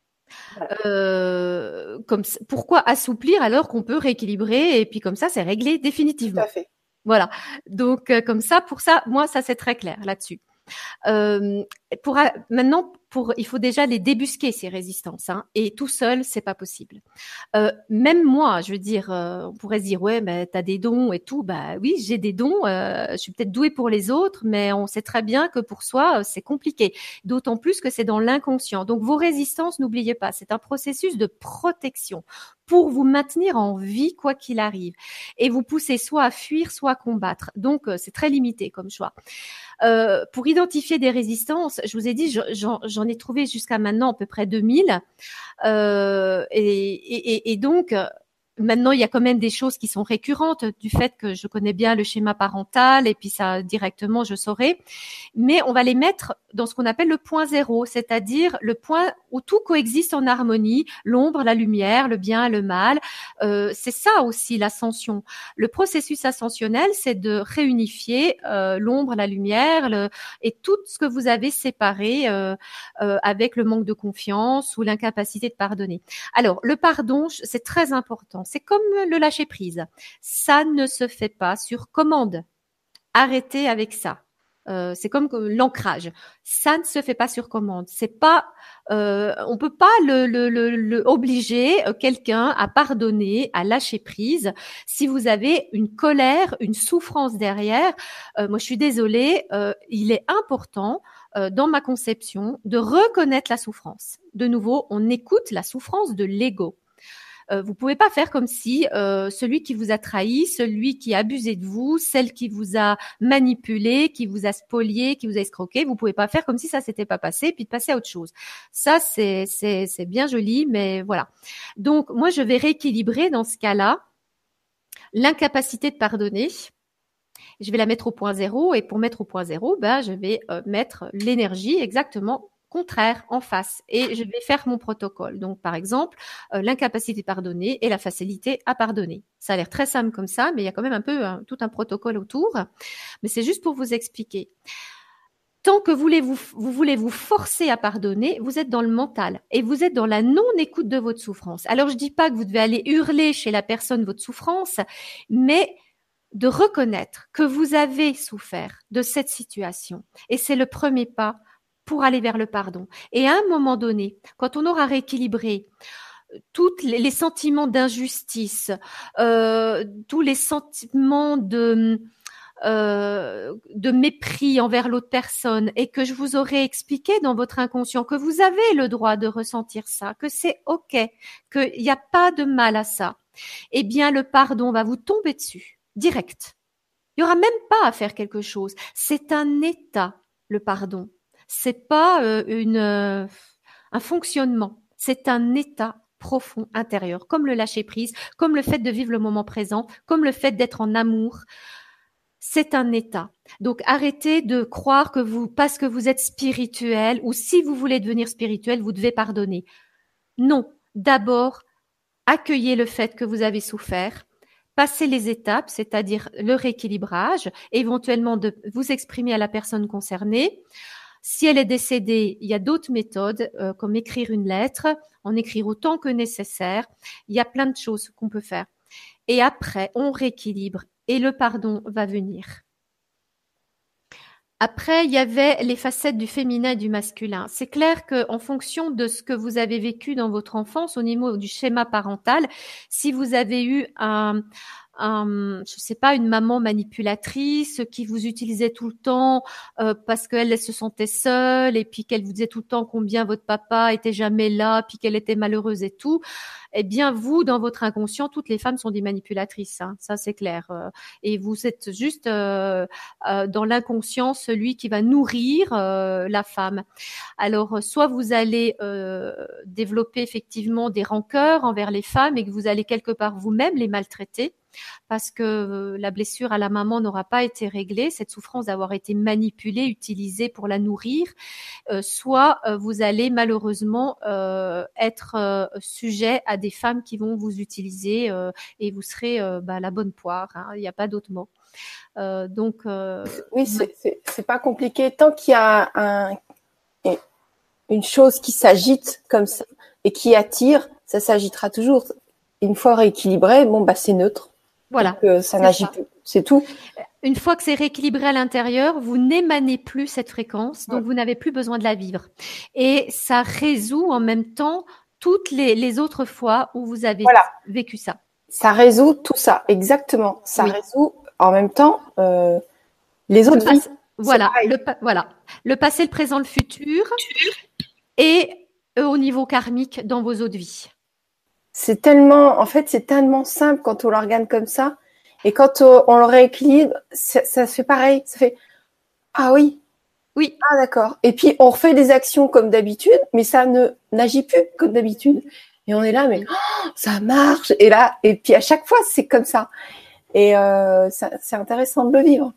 Voilà. Pourquoi assouplir alors qu'on peut rééquilibrer et puis comme ça, c'est réglé définitivement. Tout à fait. Voilà. Donc, comme ça, pour ça, moi, ça c'est très clair là-dessus. Maintenant, il faut déjà les débusquer ces résistances, hein, et tout seul, c'est pas possible. Même moi, je veux dire, on pourrait se dire ouais, mais t'as des dons et tout. Bah oui, j'ai des dons. Je suis peut-être douée pour les autres, mais on sait très bien que pour soi, c'est compliqué. D'autant plus que c'est dans l'inconscient. Donc vos résistances, n'oubliez pas, c'est un processus de protection pour vous maintenir en vie quoi qu'il arrive, et vous pousser soit à fuir, soit à combattre. Donc c'est très limité comme choix. Pour identifier des résistances, je vous ai dit, j'en ai trouvé jusqu'à maintenant à peu près 2000. Et donc, maintenant, il y a quand même des choses qui sont récurrentes du fait que je connais bien le schéma parental et puis ça directement je saurai. Mais on va les mettre dans ce qu'on appelle le point zéro, c'est-à-dire le point où tout coexiste en harmonie, l'ombre, la lumière, le bien, le mal. C'est ça aussi l'ascension. Le processus ascensionnel, c'est de réunifier l'ombre, la lumière et tout ce que vous avez séparé avec le manque de confiance ou l'incapacité de pardonner. Alors, le pardon, c'est très important. C'est comme le lâcher prise. Ça ne se fait pas sur commande. Arrêtez avec ça. C'est comme l'ancrage. Ça ne se fait pas sur commande. C'est pas, on peut pas le obliger quelqu'un à pardonner, à lâcher prise. Si vous avez une colère, une souffrance derrière, moi je suis désolée. Il est important dans ma conception de reconnaître la souffrance. De nouveau, on écoute la souffrance de l'ego. Vous pouvez pas faire comme si celui qui vous a trahi, celui qui a abusé de vous, celle qui vous a manipulé, qui vous a spolié, qui vous a escroqué, vous pouvez pas faire comme si ça s'était pas passé puis de passer à autre chose. Ça c'est bien joli, mais voilà. Donc moi je vais rééquilibrer dans ce cas-là l'incapacité de pardonner. Je vais la mettre au point zéro et pour mettre au point zéro, je vais mettre l'énergie exactement contraire en face et je vais faire mon protocole. Donc, par exemple, l'incapacité de pardonner et la facilité à pardonner. Ça a l'air très simple comme ça, mais il y a quand même un peu tout un protocole autour. Mais c'est juste pour vous expliquer. Tant que vous voulez vous forcer à pardonner, vous êtes dans le mental et vous êtes dans la non-écoute de votre souffrance. Alors, je dis pas que vous devez aller hurler chez la personne votre souffrance, mais de reconnaître que vous avez souffert de cette situation. Et c'est le premier pas pour aller vers le pardon. Et à un moment donné, quand on aura rééquilibré tous les sentiments d'injustice, tous les sentiments de mépris envers l'autre personne et que je vous aurai expliqué dans votre inconscient que vous avez le droit de ressentir ça, que c'est OK, qu'il n'y a pas de mal à ça, eh bien le pardon va vous tomber dessus, direct. Il n'y aura même pas à faire quelque chose. C'est un état, le pardon. C'est pas un fonctionnement. C'est un état profond intérieur, comme le lâcher prise, comme le fait de vivre le moment présent, comme le fait d'être en amour. C'est un état. Donc arrêtez de croire que parce que vous êtes spirituel ou si vous voulez devenir spirituel, vous devez pardonner. Non. D'abord, accueillez le fait que vous avez souffert. Passez les étapes, c'est-à-dire le rééquilibrage, éventuellement de vous exprimer à la personne concernée. Si elle est décédée, il y a d'autres méthodes, comme écrire une lettre, en écrire autant que nécessaire. Il y a plein de choses qu'on peut faire. Et après, on rééquilibre et le pardon va venir. Après, il y avait les facettes du féminin et du masculin. C'est clair qu'en fonction de ce que vous avez vécu dans votre enfance, au niveau du schéma parental, si vous avez eu je sais pas, une maman manipulatrice qui vous utilisait tout le temps parce qu'elle se sentait seule et puis qu'elle vous disait tout le temps combien votre papa était jamais là, puis qu'elle était malheureuse et tout, eh bien vous, dans votre inconscient, toutes les femmes sont des manipulatrices, hein, ça c'est clair. Et vous êtes juste dans l'inconscient celui qui va nourrir la femme. Alors, soit vous allez développer effectivement des rancœurs envers les femmes et que vous allez quelque part vous-même les maltraiter, parce que la blessure à la maman n'aura pas été réglée, cette souffrance d'avoir été manipulée, utilisée pour la nourrir, soit vous allez malheureusement être sujet à des femmes qui vont vous utiliser et vous serez la bonne poire, hein, il n'y a pas d'autre mot. Oui, c'est pas compliqué. Tant qu'il y a une chose qui s'agite comme ça et qui attire, ça s'agitera toujours. Une fois rééquilibré, c'est neutre. Voilà. Donc, ça n'agit plus. C'est tout. Une fois que c'est rééquilibré à l'intérieur, vous n'émanez plus cette fréquence, donc vous n'avez plus besoin de la vivre. Et ça résout en même temps toutes les autres fois où vous avez vécu ça. Ça résout tout ça, exactement. Ça résout en même temps les autres vies. Voilà, le passé, le présent, le futur, et au niveau karmique dans vos autres vies. C'est tellement simple quand on le regarde comme ça. Et quand on le rééquilibre, ça se fait pareil. Ça fait ah oui, ah d'accord. Et puis on refait des actions comme d'habitude, mais ça n'agit plus comme d'habitude. Et on est là, mais ça marche. Et puis à chaque fois, c'est comme ça. Et c'est intéressant de le vivre.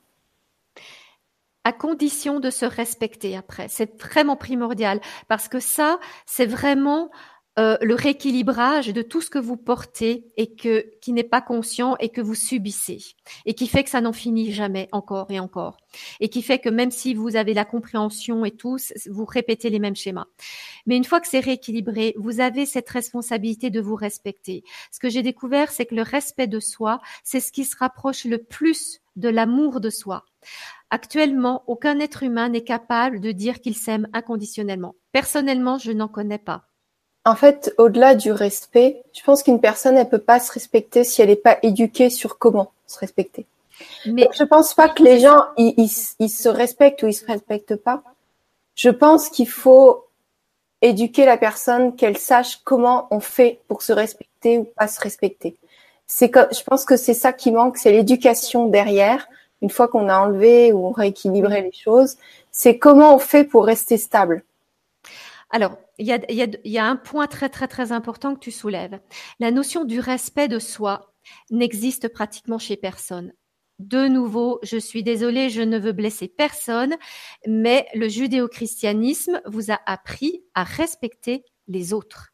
À condition de se respecter après. C'est vraiment primordial parce que ça, c'est vraiment le rééquilibrage de tout ce que vous portez et qui n'est pas conscient et que vous subissez et qui fait que ça n'en finit jamais encore et encore et qui fait que même si vous avez la compréhension et tout, vous répétez les mêmes schémas. Mais une fois que c'est rééquilibré, vous avez cette responsabilité de vous respecter. Ce que j'ai découvert, c'est que le respect de soi, c'est ce qui se rapproche le plus de l'amour de soi. Actuellement, aucun être humain n'est capable de dire qu'il s'aime inconditionnellement. Personnellement, je n'en connais pas. En fait, au-delà du respect, je pense qu'une personne, elle peut pas se respecter si elle n'est pas éduquée sur comment se respecter. Mais donc, je pense pas que les gens, ils se respectent ou ils se respectent pas. Je pense qu'il faut éduquer la personne, qu'elle sache comment on fait pour se respecter ou pas se respecter. Je pense que c'est ça qui manque, c'est l'éducation derrière. Une fois qu'on a enlevé ou rééquilibré les choses, c'est comment on fait pour rester stable. Alors, il y a un point très, très, très important que tu soulèves. La notion du respect de soi n'existe pratiquement chez personne. De nouveau, je suis désolée, je ne veux blesser personne, mais le judéo-christianisme vous a appris à respecter les autres.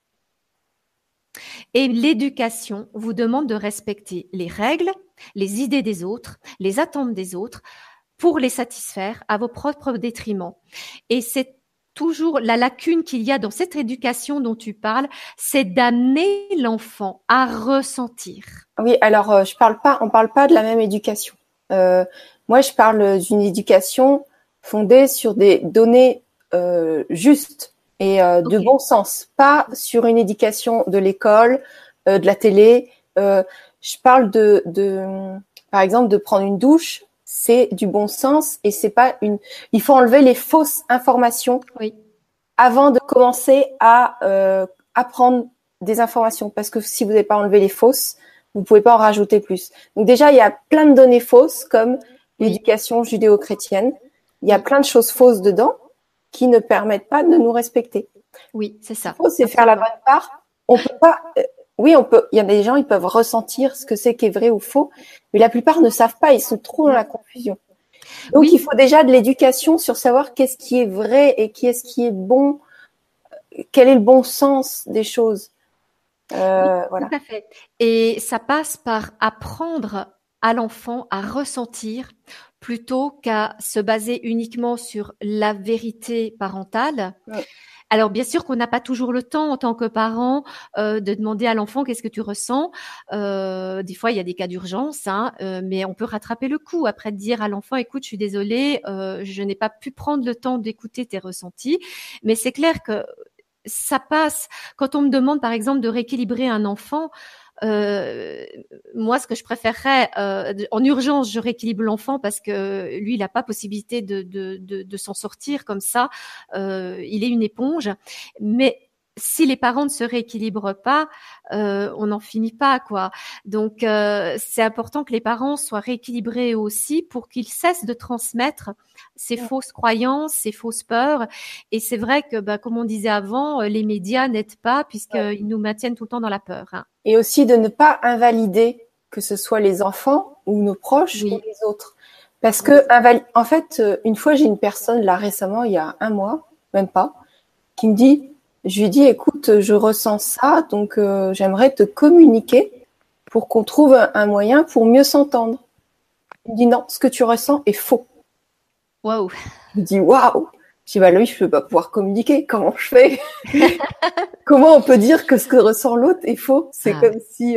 Et l'éducation vous demande de respecter les règles, les idées des autres, les attentes des autres, pour les satisfaire à vos propres détriments. Et c'est toujours la lacune qu'il y a dans cette éducation dont tu parles, c'est d'amener l'enfant à ressentir. Oui, alors on parle pas de la même éducation. Moi, je parle d'une éducation fondée sur des données justes et de bon sens, pas sur une éducation de l'école, de la télé. Je parle par exemple, de prendre une douche. C'est du bon sens et c'est pas il faut enlever les fausses informations avant de commencer à apprendre des informations, parce que si vous n'avez pas enlevé les fausses, vous pouvez pas en rajouter plus. Donc déjà, il y a plein de données fausses comme l'éducation judéo-chrétienne. Il y a plein de choses fausses dedans qui ne permettent pas de nous respecter. Oui, c'est ça. Il faut c'est faire la bonne part. On peut pas. Oui, on peut. Il y a des gens, ils peuvent ressentir ce que c'est qui est vrai ou faux, mais la plupart ne savent pas. Ils sont trop dans la confusion. Donc, il faut déjà de l'éducation sur savoir qu'est-ce qui est vrai et qu'est-ce qui est bon. Quel est le bon sens des choses. Voilà. Tout à fait. Et ça passe par apprendre à l'enfant à ressentir plutôt qu'à se baser uniquement sur la vérité parentale. Ouais. Alors bien sûr qu'on n'a pas toujours le temps en tant que parent de demander à l'enfant qu'est-ce que tu ressens. Des fois il y a des cas d'urgence, mais on peut rattraper le coup après de dire à l'enfant écoute je suis désolée, je n'ai pas pu prendre le temps d'écouter tes ressentis, mais c'est clair que ça passe. Quand on me demande, par exemple, de rééquilibrer un enfant, moi, ce que je préférerais, en urgence, je rééquilibre l'enfant parce que lui, il n'a pas possibilité de s'en sortir comme ça. Il est une éponge. Mais si les parents ne se rééquilibrent pas, on n'en finit pas, quoi. Donc, c'est important que les parents soient rééquilibrés aussi pour qu'ils cessent de transmettre ces fausses croyances, ces fausses peurs. Et c'est vrai que, comme on disait avant, les médias n'aident pas puisqu'ils nous maintiennent tout le temps dans la peur. Et aussi de ne pas invalider, que ce soit les enfants ou nos proches ou les autres. Parce que, en fait, une fois, j'ai une personne, là, récemment, il y a 1 mois, même pas, qui me dit, je lui dis, écoute, je ressens ça, donc j'aimerais te communiquer pour qu'on trouve un moyen pour mieux s'entendre. Il me dit, non, ce que tu ressens est faux. Waouh. Je me dis, waouh. Je dis, lui, je peux pas pouvoir communiquer. Comment je fais? Comment on peut dire que ce que ressent l'autre est faux? C'est comme si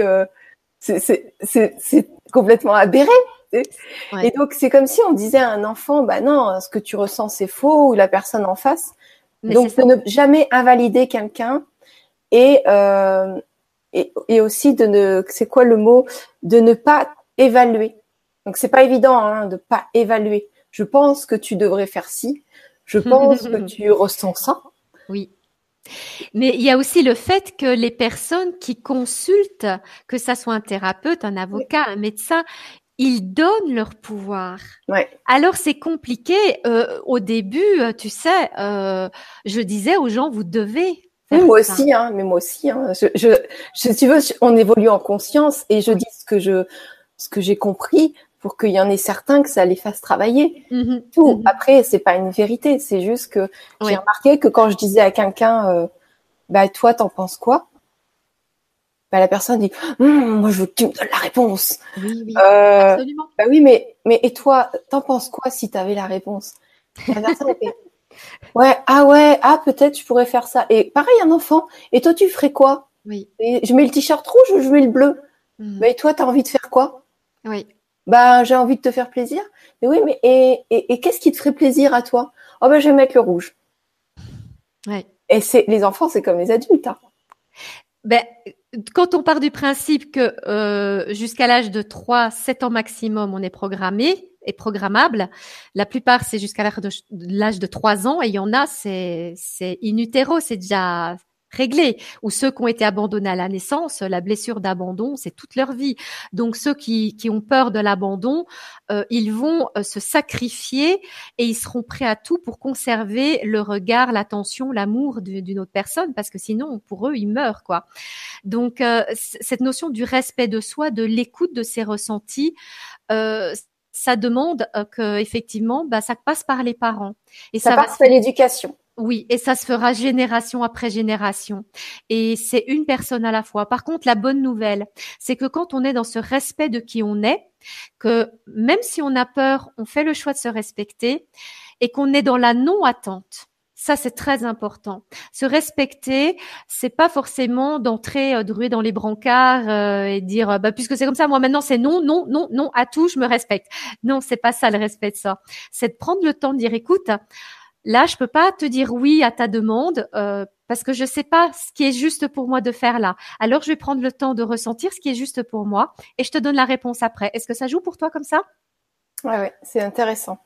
c'est complètement aberré. Et donc, c'est comme si on disait à un enfant, non, ce que tu ressens, c'est faux, ou la personne en face. Mais donc, de ne jamais invalider quelqu'un et aussi c'est quoi le mot? De ne pas évaluer. Donc, c'est pas évident, de pas évaluer. Je pense que tu devrais faire ci. Je pense que tu ressens ça. Oui. Mais il y a aussi le fait que les personnes qui consultent, que ça soit un thérapeute, un avocat, un médecin, ils donnent leur pouvoir. Ouais. Alors c'est compliqué. Au début, tu sais, je disais aux gens, vous devez. Oui, moi aussi, hein, mais moi aussi, hein. Si tu veux, on évolue en conscience et je dis ce que j'ai compris pour qu'il y en ait certains que ça les fasse travailler. Tout. Après, c'est pas une vérité, c'est juste que j'ai remarqué que quand je disais à quelqu'un, toi, t'en penses quoi? La personne dit, moi, je veux que tu me donnes la réponse. Oui, absolument. Oui, mais et toi, t'en penses quoi si t'avais la réponse? La personne fait, peut-être je pourrais faire ça. Et pareil, un enfant. Et toi, tu ferais quoi? Oui. Et je mets le t-shirt rouge ou je mets le bleu? Mais toi, t'as envie de faire quoi? Oui. J'ai envie de te faire plaisir. Mais oui, mais et qu'est-ce qui te ferait plaisir à toi? Je vais mettre le rouge. Ouais. Et les enfants, c'est comme les adultes. Hein. Quand on part du principe que jusqu'à l'âge de 7 ans maximum, on est programmé et programmable, la plupart, c'est jusqu'à l'âge de 3 ans et il y en a, c'est in utero, c'est déjà réglé. Ou ceux qui ont été abandonnés à la naissance, la blessure d'abandon, c'est toute leur vie. Donc ceux qui ont peur de l'abandon, ils vont se sacrifier et ils seront prêts à tout pour conserver le regard, l'attention, l'amour d'une autre personne, parce que sinon, pour eux, ils meurent, quoi. Donc cette notion du respect de soi, de l'écoute de ses ressentis, ça demande que effectivement, ça passe par les parents. Et ça passe par l'éducation. Oui, et ça se fera génération après génération. Et c'est une personne à la fois. Par contre, la bonne nouvelle, c'est que quand on est dans ce respect de qui on est, que même si on a peur, on fait le choix de se respecter et qu'on est dans la non-attente. Ça, c'est très important. Se respecter, c'est pas forcément d'entrer, de ruer dans les brancards et dire puisque c'est comme ça, moi maintenant c'est non, non, non, non à tout, je me respecte. Non, c'est pas ça le respect de ça. C'est de prendre le temps de dire écoute, là, je peux pas te dire oui à ta demande parce que je sais pas ce qui est juste pour moi de faire là. Alors, je vais prendre le temps de ressentir ce qui est juste pour moi et je te donne la réponse après. Est-ce que ça joue pour toi comme ça? Ouais, c'est intéressant.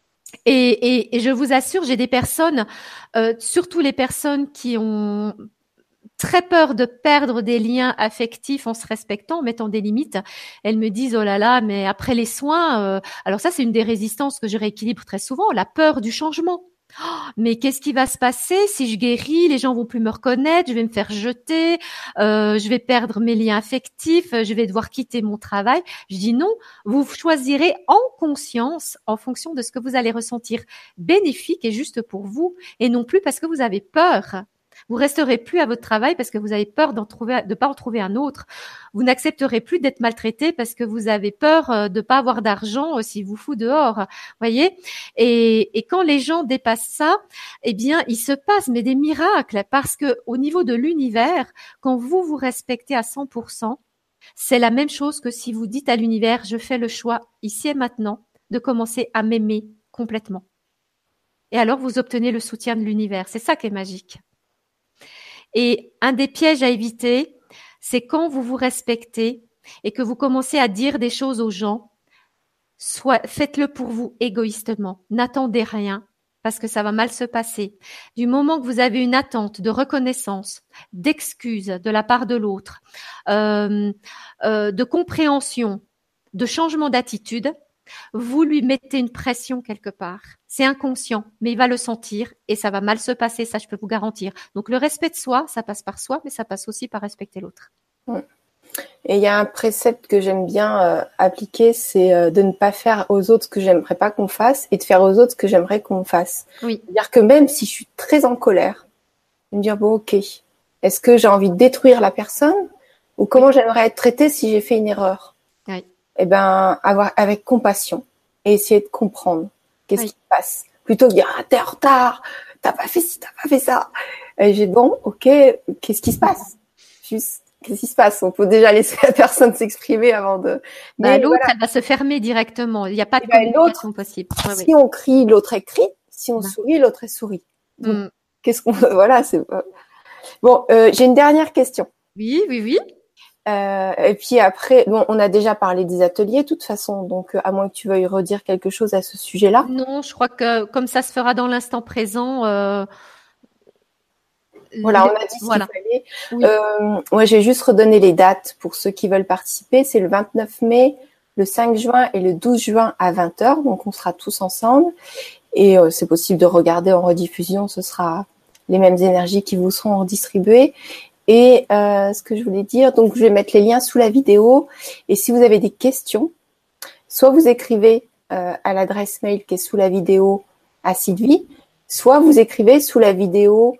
Et je vous assure, j'ai des personnes, surtout les personnes qui ont très peur de perdre des liens affectifs en se respectant, en mettant des limites. Elles me disent oh là là, mais après les soins, alors ça c'est une des résistances que je rééquilibre très souvent, la peur du changement. Mais qu'est-ce qui va se passer si je guéris? Les gens vont plus me reconnaître, je vais me faire jeter, je vais perdre mes liens affectifs, je vais devoir quitter mon travail. Je dis non, vous choisirez en conscience, en fonction de ce que vous allez ressentir bénéfique et juste pour vous, et non plus parce que vous avez peur. Vous resterez plus à votre travail parce que vous avez peur de pas en trouver un autre. Vous n'accepterez plus d'être maltraité parce que vous avez peur de pas avoir d'argent s'il vous fout dehors. Voyez? Et quand les gens dépassent ça, eh bien, il se passe mais des miracles parce que au niveau de l'univers, quand vous vous respectez à 100%, c'est la même chose que si vous dites à l'univers, je fais le choix ici et maintenant de commencer à m'aimer complètement. Et alors, vous obtenez le soutien de l'univers. C'est ça qui est magique. Et un des pièges à éviter, c'est quand vous vous respectez et que vous commencez à dire des choses aux gens, faites-le pour vous égoïstement. N'attendez rien parce que ça va mal se passer. Du moment que vous avez une attente de reconnaissance, d'excuse de la part de l'autre, de compréhension, de changement d'attitude, vous lui mettez une pression quelque part. C'est inconscient, mais il va le sentir et ça va mal se passer, ça je peux vous garantir. Donc le respect de soi, ça passe par soi, mais ça passe aussi par respecter l'autre. Et il y a un précepte que j'aime bien appliquer, c'est de ne pas faire aux autres ce que j'aimerais pas qu'on fasse et de faire aux autres ce que j'aimerais qu'on fasse. Oui. C'est-à-dire que même si je suis très en colère, me dire bon ok, est-ce que j'ai envie de détruire la personne ou comment j'aimerais être traitée si j'ai fait une erreur? Oui. Eh ben, avoir avec compassion et essayer de comprendre qu'est-ce qui se passe. Plutôt que de dire, t'es en retard, t'as pas fait ci, t'as pas fait ça. Et j'ai bon, ok, qu'est-ce qui se passe? Juste, qu'est-ce qui se passe? On peut déjà laisser la personne s'exprimer avant de... Mais l'autre, elle va se fermer directement. Il n'y a pas de communication possible. Si on crie, l'autre elle crie. Si on sourit, l'autre elle sourit. Donc, qu'est-ce qu'on... Voilà, c'est... Bon, j'ai une dernière question. Oui. Et puis après, bon, on a déjà parlé des ateliers de toute façon, donc à moins que tu veuilles redire quelque chose à ce sujet-là. Non, je crois que comme ça se fera dans l'instant présent. Voilà, on a dit ce qu'il fallait. Oui. Moi, j'ai juste redonné les dates pour ceux qui veulent participer. C'est le 29 mai, le 5 juin et le 12 juin à 20h. Donc, on sera tous ensemble. Et c'est possible de regarder en rediffusion. Ce sera les mêmes énergies qui vous seront redistribuées. Et ce que je voulais dire, donc je vais mettre les liens sous la vidéo. Et si vous avez des questions, soit vous écrivez à l'adresse mail qui est sous la vidéo à Sylvie, soit vous écrivez sous la vidéo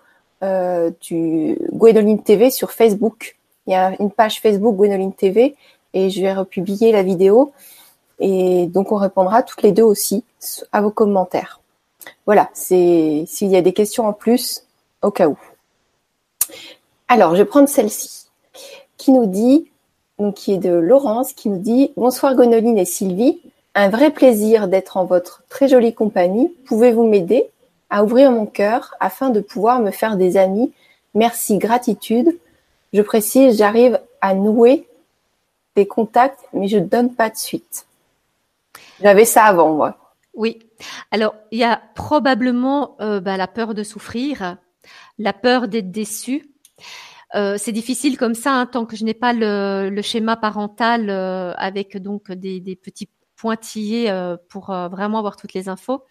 du Gwénoline TV sur Facebook. Il y a une page Facebook Gwénoline TV et je vais republier la vidéo. Et donc, on répondra toutes les deux aussi à vos commentaires. Voilà, s'il y a des questions en plus, au cas où. Alors, je vais prendre celle-ci, qui nous dit, donc qui est de Laurence, qui nous dit « Bonsoir Gwénoline et Sylvie, un vrai plaisir d'être en votre très jolie compagnie. Pouvez-vous m'aider à ouvrir mon cœur afin de pouvoir me faire des amis? Merci, gratitude. Je précise, j'arrive à nouer des contacts, mais je ne donne pas de suite. » J'avais ça avant, moi. Oui. Alors, il y a probablement la peur de souffrir, la peur d'être déçu. C'est difficile comme ça, hein, tant que je n'ai pas le schéma parental avec donc des petits pointillés pour vraiment avoir toutes les infos.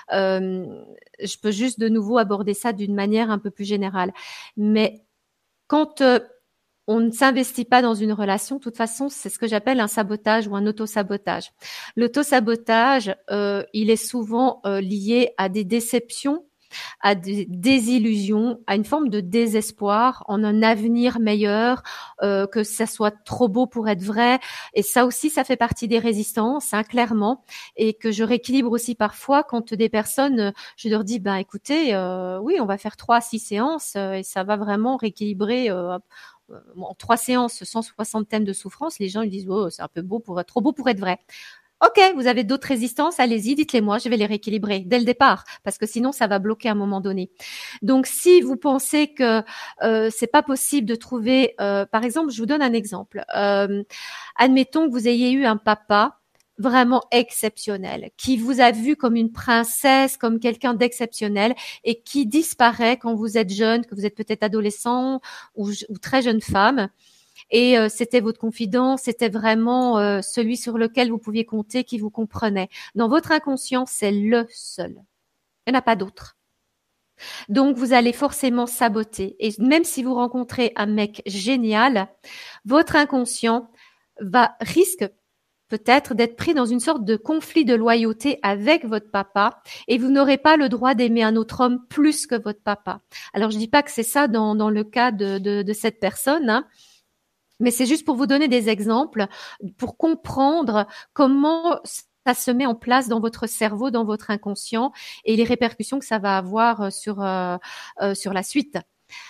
Je peux juste de nouveau aborder ça d'une manière un peu plus générale. Mais quand on ne s'investit pas dans une relation, de toute façon, c'est ce que j'appelle un sabotage ou un autosabotage. L'autosabotage, il est souvent lié à des déceptions, à des désillusions, à une forme de désespoir en un avenir meilleur, que ça soit trop beau pour être vrai. Et ça aussi, ça fait partie des résistances, hein, clairement, et que je rééquilibre aussi parfois quand des personnes, je leur dis, écoutez, oui, on va faire 3 à 6 séances et ça va vraiment rééquilibrer. En 3 séances, 160 thèmes de souffrance, les gens ils disent, oh, c'est un peu beau pour être trop beau pour être vrai. Ok, vous avez d'autres résistances, allez-y, dites-les-moi, je vais les rééquilibrer dès le départ, parce que sinon ça va bloquer à un moment donné. Donc, si vous pensez que c'est pas possible de trouver, par exemple, je vous donne un exemple. Admettons que vous ayez eu un papa vraiment exceptionnel, qui vous a vu comme une princesse, comme quelqu'un d'exceptionnel, et qui disparaît quand vous êtes jeune, que vous êtes peut-être adolescent ou très jeune femme. Et c'était votre confident, c'était vraiment celui sur lequel vous pouviez compter, qui vous comprenait. Dans votre inconscient, c'est le seul. Il n'y en a pas d'autre. Donc, vous allez forcément saboter. Et même si vous rencontrez un mec génial, votre inconscient risque peut-être d'être pris dans une sorte de conflit de loyauté avec votre papa et vous n'aurez pas le droit d'aimer un autre homme plus que votre papa. Alors, je dis pas que c'est ça dans le cas de cette personne, hein. Mais c'est juste pour vous donner des exemples, pour comprendre comment ça se met en place dans votre cerveau, dans votre inconscient, et les répercussions que ça va avoir sur la suite.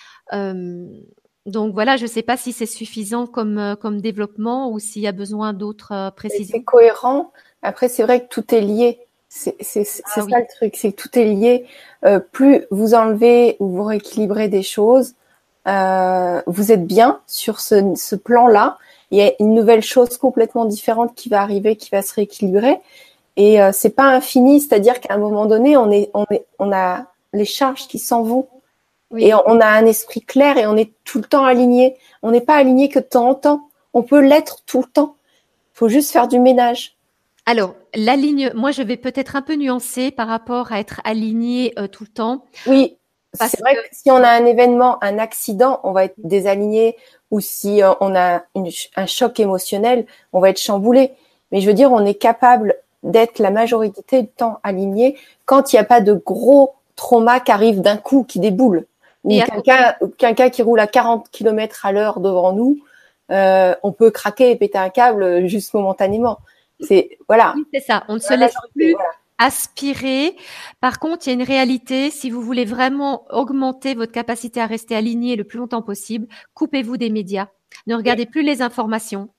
Donc voilà, je ne sais pas si c'est suffisant comme développement ou s'il y a besoin d'autres précisions. C'est cohérent. Après, c'est vrai que tout est lié. C'est ça le truc, c'est que tout est lié. Plus vous enlevez ou vous rééquilibrez des choses, vous êtes bien sur ce plan-là. Il y a une nouvelle chose complètement différente qui va arriver, qui va se rééquilibrer. Et c'est pas infini, c'est-à-dire qu'à un moment donné, on a les charges qui s'en vont. Oui. Et on a un esprit clair et on est tout le temps aligné. On n'est pas aligné que de temps en temps. On peut l'être tout le temps. Il faut juste faire du ménage. Alors, moi, je vais peut-être un peu nuancer par rapport à être aligné tout le temps. Oui, c'est vrai que si on a un événement, un accident, on va être désaligné. Ou si on a un choc émotionnel, on va être chamboulé. Mais je veux dire, on est capable d'être la majorité du temps aligné quand il n'y a pas de gros trauma qui arrive d'un coup, qui déboule. Ou quelqu'un qui roule à 40 km à l'heure devant nous, on peut craquer et péter un câble juste momentanément. Voilà. Oui, c'est ça. On ne se laisse plus aspirer. Par contre, il y a une réalité. Si vous voulez vraiment augmenter votre capacité à rester aligné le plus longtemps possible, coupez-vous des médias. Ne regardez plus les informations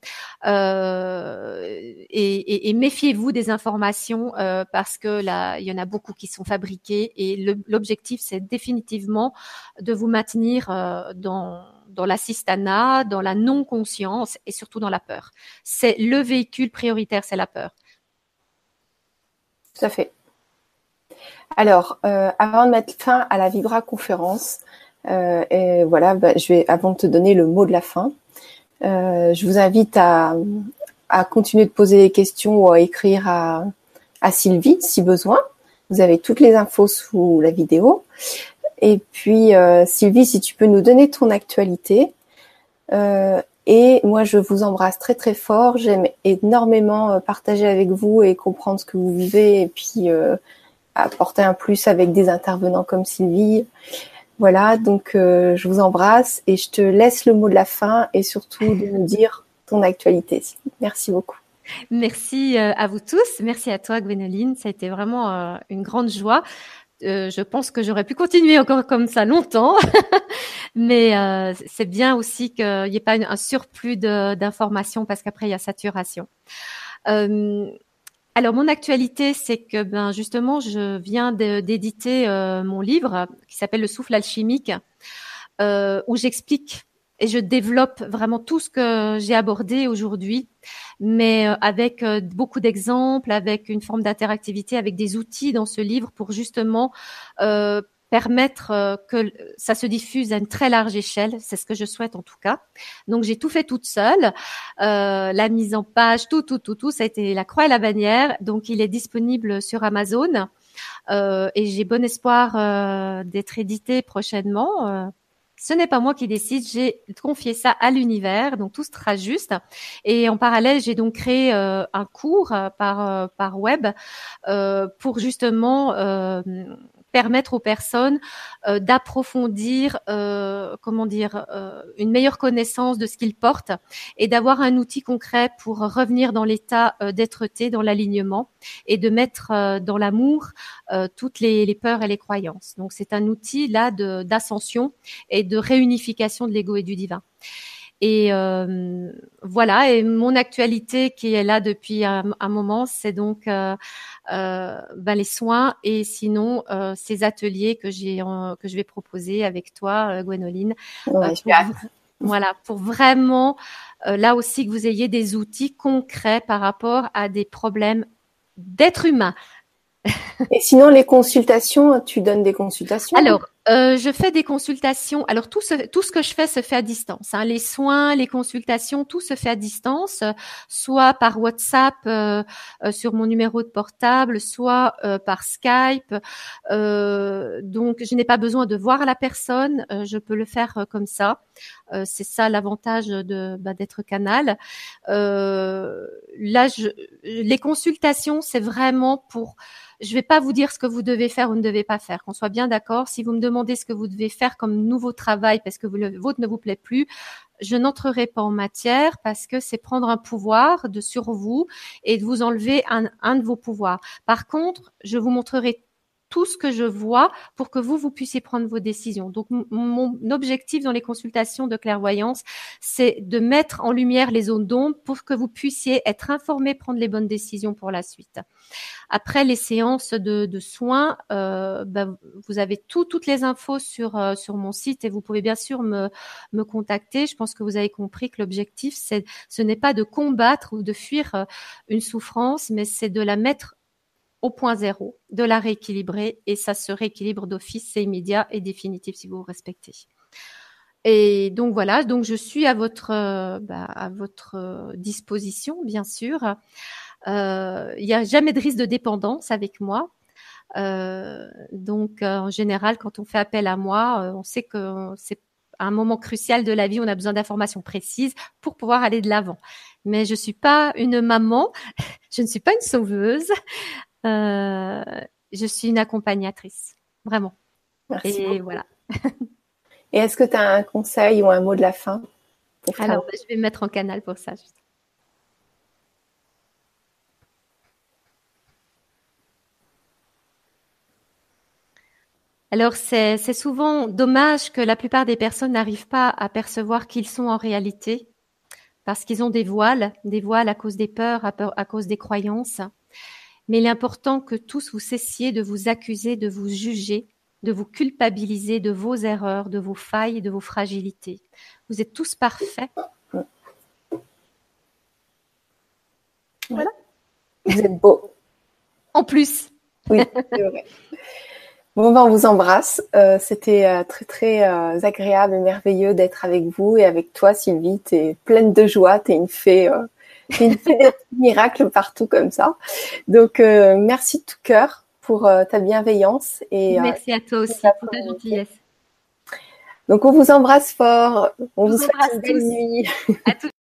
et méfiez-vous des informations parce que là, il y en a beaucoup qui sont fabriquées et l'objectif, c'est définitivement de vous maintenir dans l'assistanat, dans la non-conscience et surtout dans la peur. C'est le véhicule prioritaire, c'est la peur. Tout à fait. Alors, avant de mettre fin à la Vibra conférence, et voilà, je vais, avant de te donner le mot de la fin, je vous invite à continuer de poser des questions ou à écrire à Sylvie si besoin. Vous avez toutes les infos sous la vidéo. Et puis, Sylvie, si tu peux nous donner ton actualité. Et moi, je vous embrasse très très fort. J'aime énormément partager avec vous et comprendre ce que vous vivez et puis apporter un plus avec des intervenants comme Sylvie. Voilà, donc je vous embrasse et je te laisse le mot de la fin et surtout de nous dire ton actualité. Merci beaucoup. Merci à vous tous. Merci à toi, Gwénoline. Ça a été vraiment une grande joie. Je pense que j'aurais pu continuer encore comme ça longtemps, mais c'est bien aussi qu'il n'y ait pas un surplus d'informations parce qu'après il y a saturation. Alors mon actualité, c'est que justement je viens d'éditer mon livre qui s'appelle Le souffle alchimique, où j'explique et je développe vraiment tout ce que j'ai abordé aujourd'hui, mais avec beaucoup d'exemples, avec une forme d'interactivité, avec des outils dans ce livre pour justement permettre que ça se diffuse à une très large échelle. C'est ce que je souhaite en tout cas. Donc j'ai tout fait toute seule, la mise en page, tout, ça a été la croix et la bannière. Donc il est disponible sur Amazon et j'ai bon espoir d'être édité prochainement. Ce n'est pas moi qui décide, j'ai confié ça à l'univers, donc tout sera juste. Et en parallèle, j'ai donc créé un cours par web pour justement permettre aux personnes d'approfondir, une meilleure connaissance de ce qu'ils portent et d'avoir un outil concret pour revenir dans l'état d'être-té, dans l'alignement et de mettre dans l'amour toutes les peurs et les croyances. Donc c'est un outil là d'ascension et de réunification de l'ego et du divin. Et voilà, et mon actualité qui est là depuis un moment, c'est donc les soins et sinon ces ateliers que je vais proposer avec toi, Gwénoline, pour vraiment là aussi que vous ayez des outils concrets par rapport à des problèmes d'être humain. Et sinon, les consultations, tu donnes des consultations? Alors, je fais des consultations. Alors, tout ce que je fais se fait à distance. Les soins, les consultations, tout se fait à distance, soit par WhatsApp sur mon numéro de portable, soit par Skype. Donc, je n'ai pas besoin de voir la personne. Je peux le faire comme ça. C'est ça l'avantage d'être canal. Là, les consultations, c'est vraiment pour. Je vais pas vous dire ce que vous devez faire ou ne devez pas faire, qu'on soit bien d'accord. Si vous me demandez ce que vous devez faire comme nouveau travail parce que le vôtre ne vous plaît plus, je n'entrerai pas en matière parce que c'est prendre un pouvoir sur vous et de vous enlever un de vos pouvoirs. Par contre, je vous montrerai tout ce que je vois pour que vous puissiez prendre vos décisions. Donc, mon objectif dans les consultations de clairvoyance, c'est de mettre en lumière les zones d'ombre pour que vous puissiez être informés, prendre les bonnes décisions pour la suite. Après les séances de soins, vous avez toutes les infos sur mon site et vous pouvez bien sûr me contacter. Je pense que vous avez compris que l'objectif, ce n'est pas de combattre ou de fuir une souffrance, mais c'est de la mettre au point zéro, de la rééquilibrer et ça se rééquilibre d'office, c'est immédiat et définitif si vous vous respectez. Et donc voilà, donc je suis à votre disposition, bien sûr. Il n'y a jamais de risque de dépendance avec moi. Donc en général, quand on fait appel à moi, on sait que c'est un moment crucial de la vie, on a besoin d'informations précises pour pouvoir aller de l'avant. Mais je suis pas une maman, je ne suis pas une sauveuse. Je suis une accompagnatrice, vraiment. Merci et beaucoup. Voilà. Et est-ce que tu as un conseil ou un mot de la fin? Alors, je vais me mettre en canal pour ça. Juste. Alors, c'est souvent dommage que la plupart des personnes n'arrivent pas à percevoir qui ils sont en réalité, parce qu'ils ont des voiles à cause des peurs, à cause des croyances. Mais il est important que tous vous cessiez de vous accuser, de vous juger, de vous culpabiliser de vos erreurs, de vos failles et de vos fragilités. Vous êtes tous parfaits. Voilà. Vous êtes beaux. En plus. Oui, c'est vrai. Bon, on vous embrasse. C'était très, très agréable et merveilleux d'être avec vous et avec toi, Sylvie. T'es pleine de joie. T'es une fée des miracles partout comme ça. Donc, merci de tout cœur pour ta bienveillance. Et, merci à toi aussi pour ta gentillesse. Donc, on vous embrasse fort. On vous souhaite embrasse une belle nuit. À tous.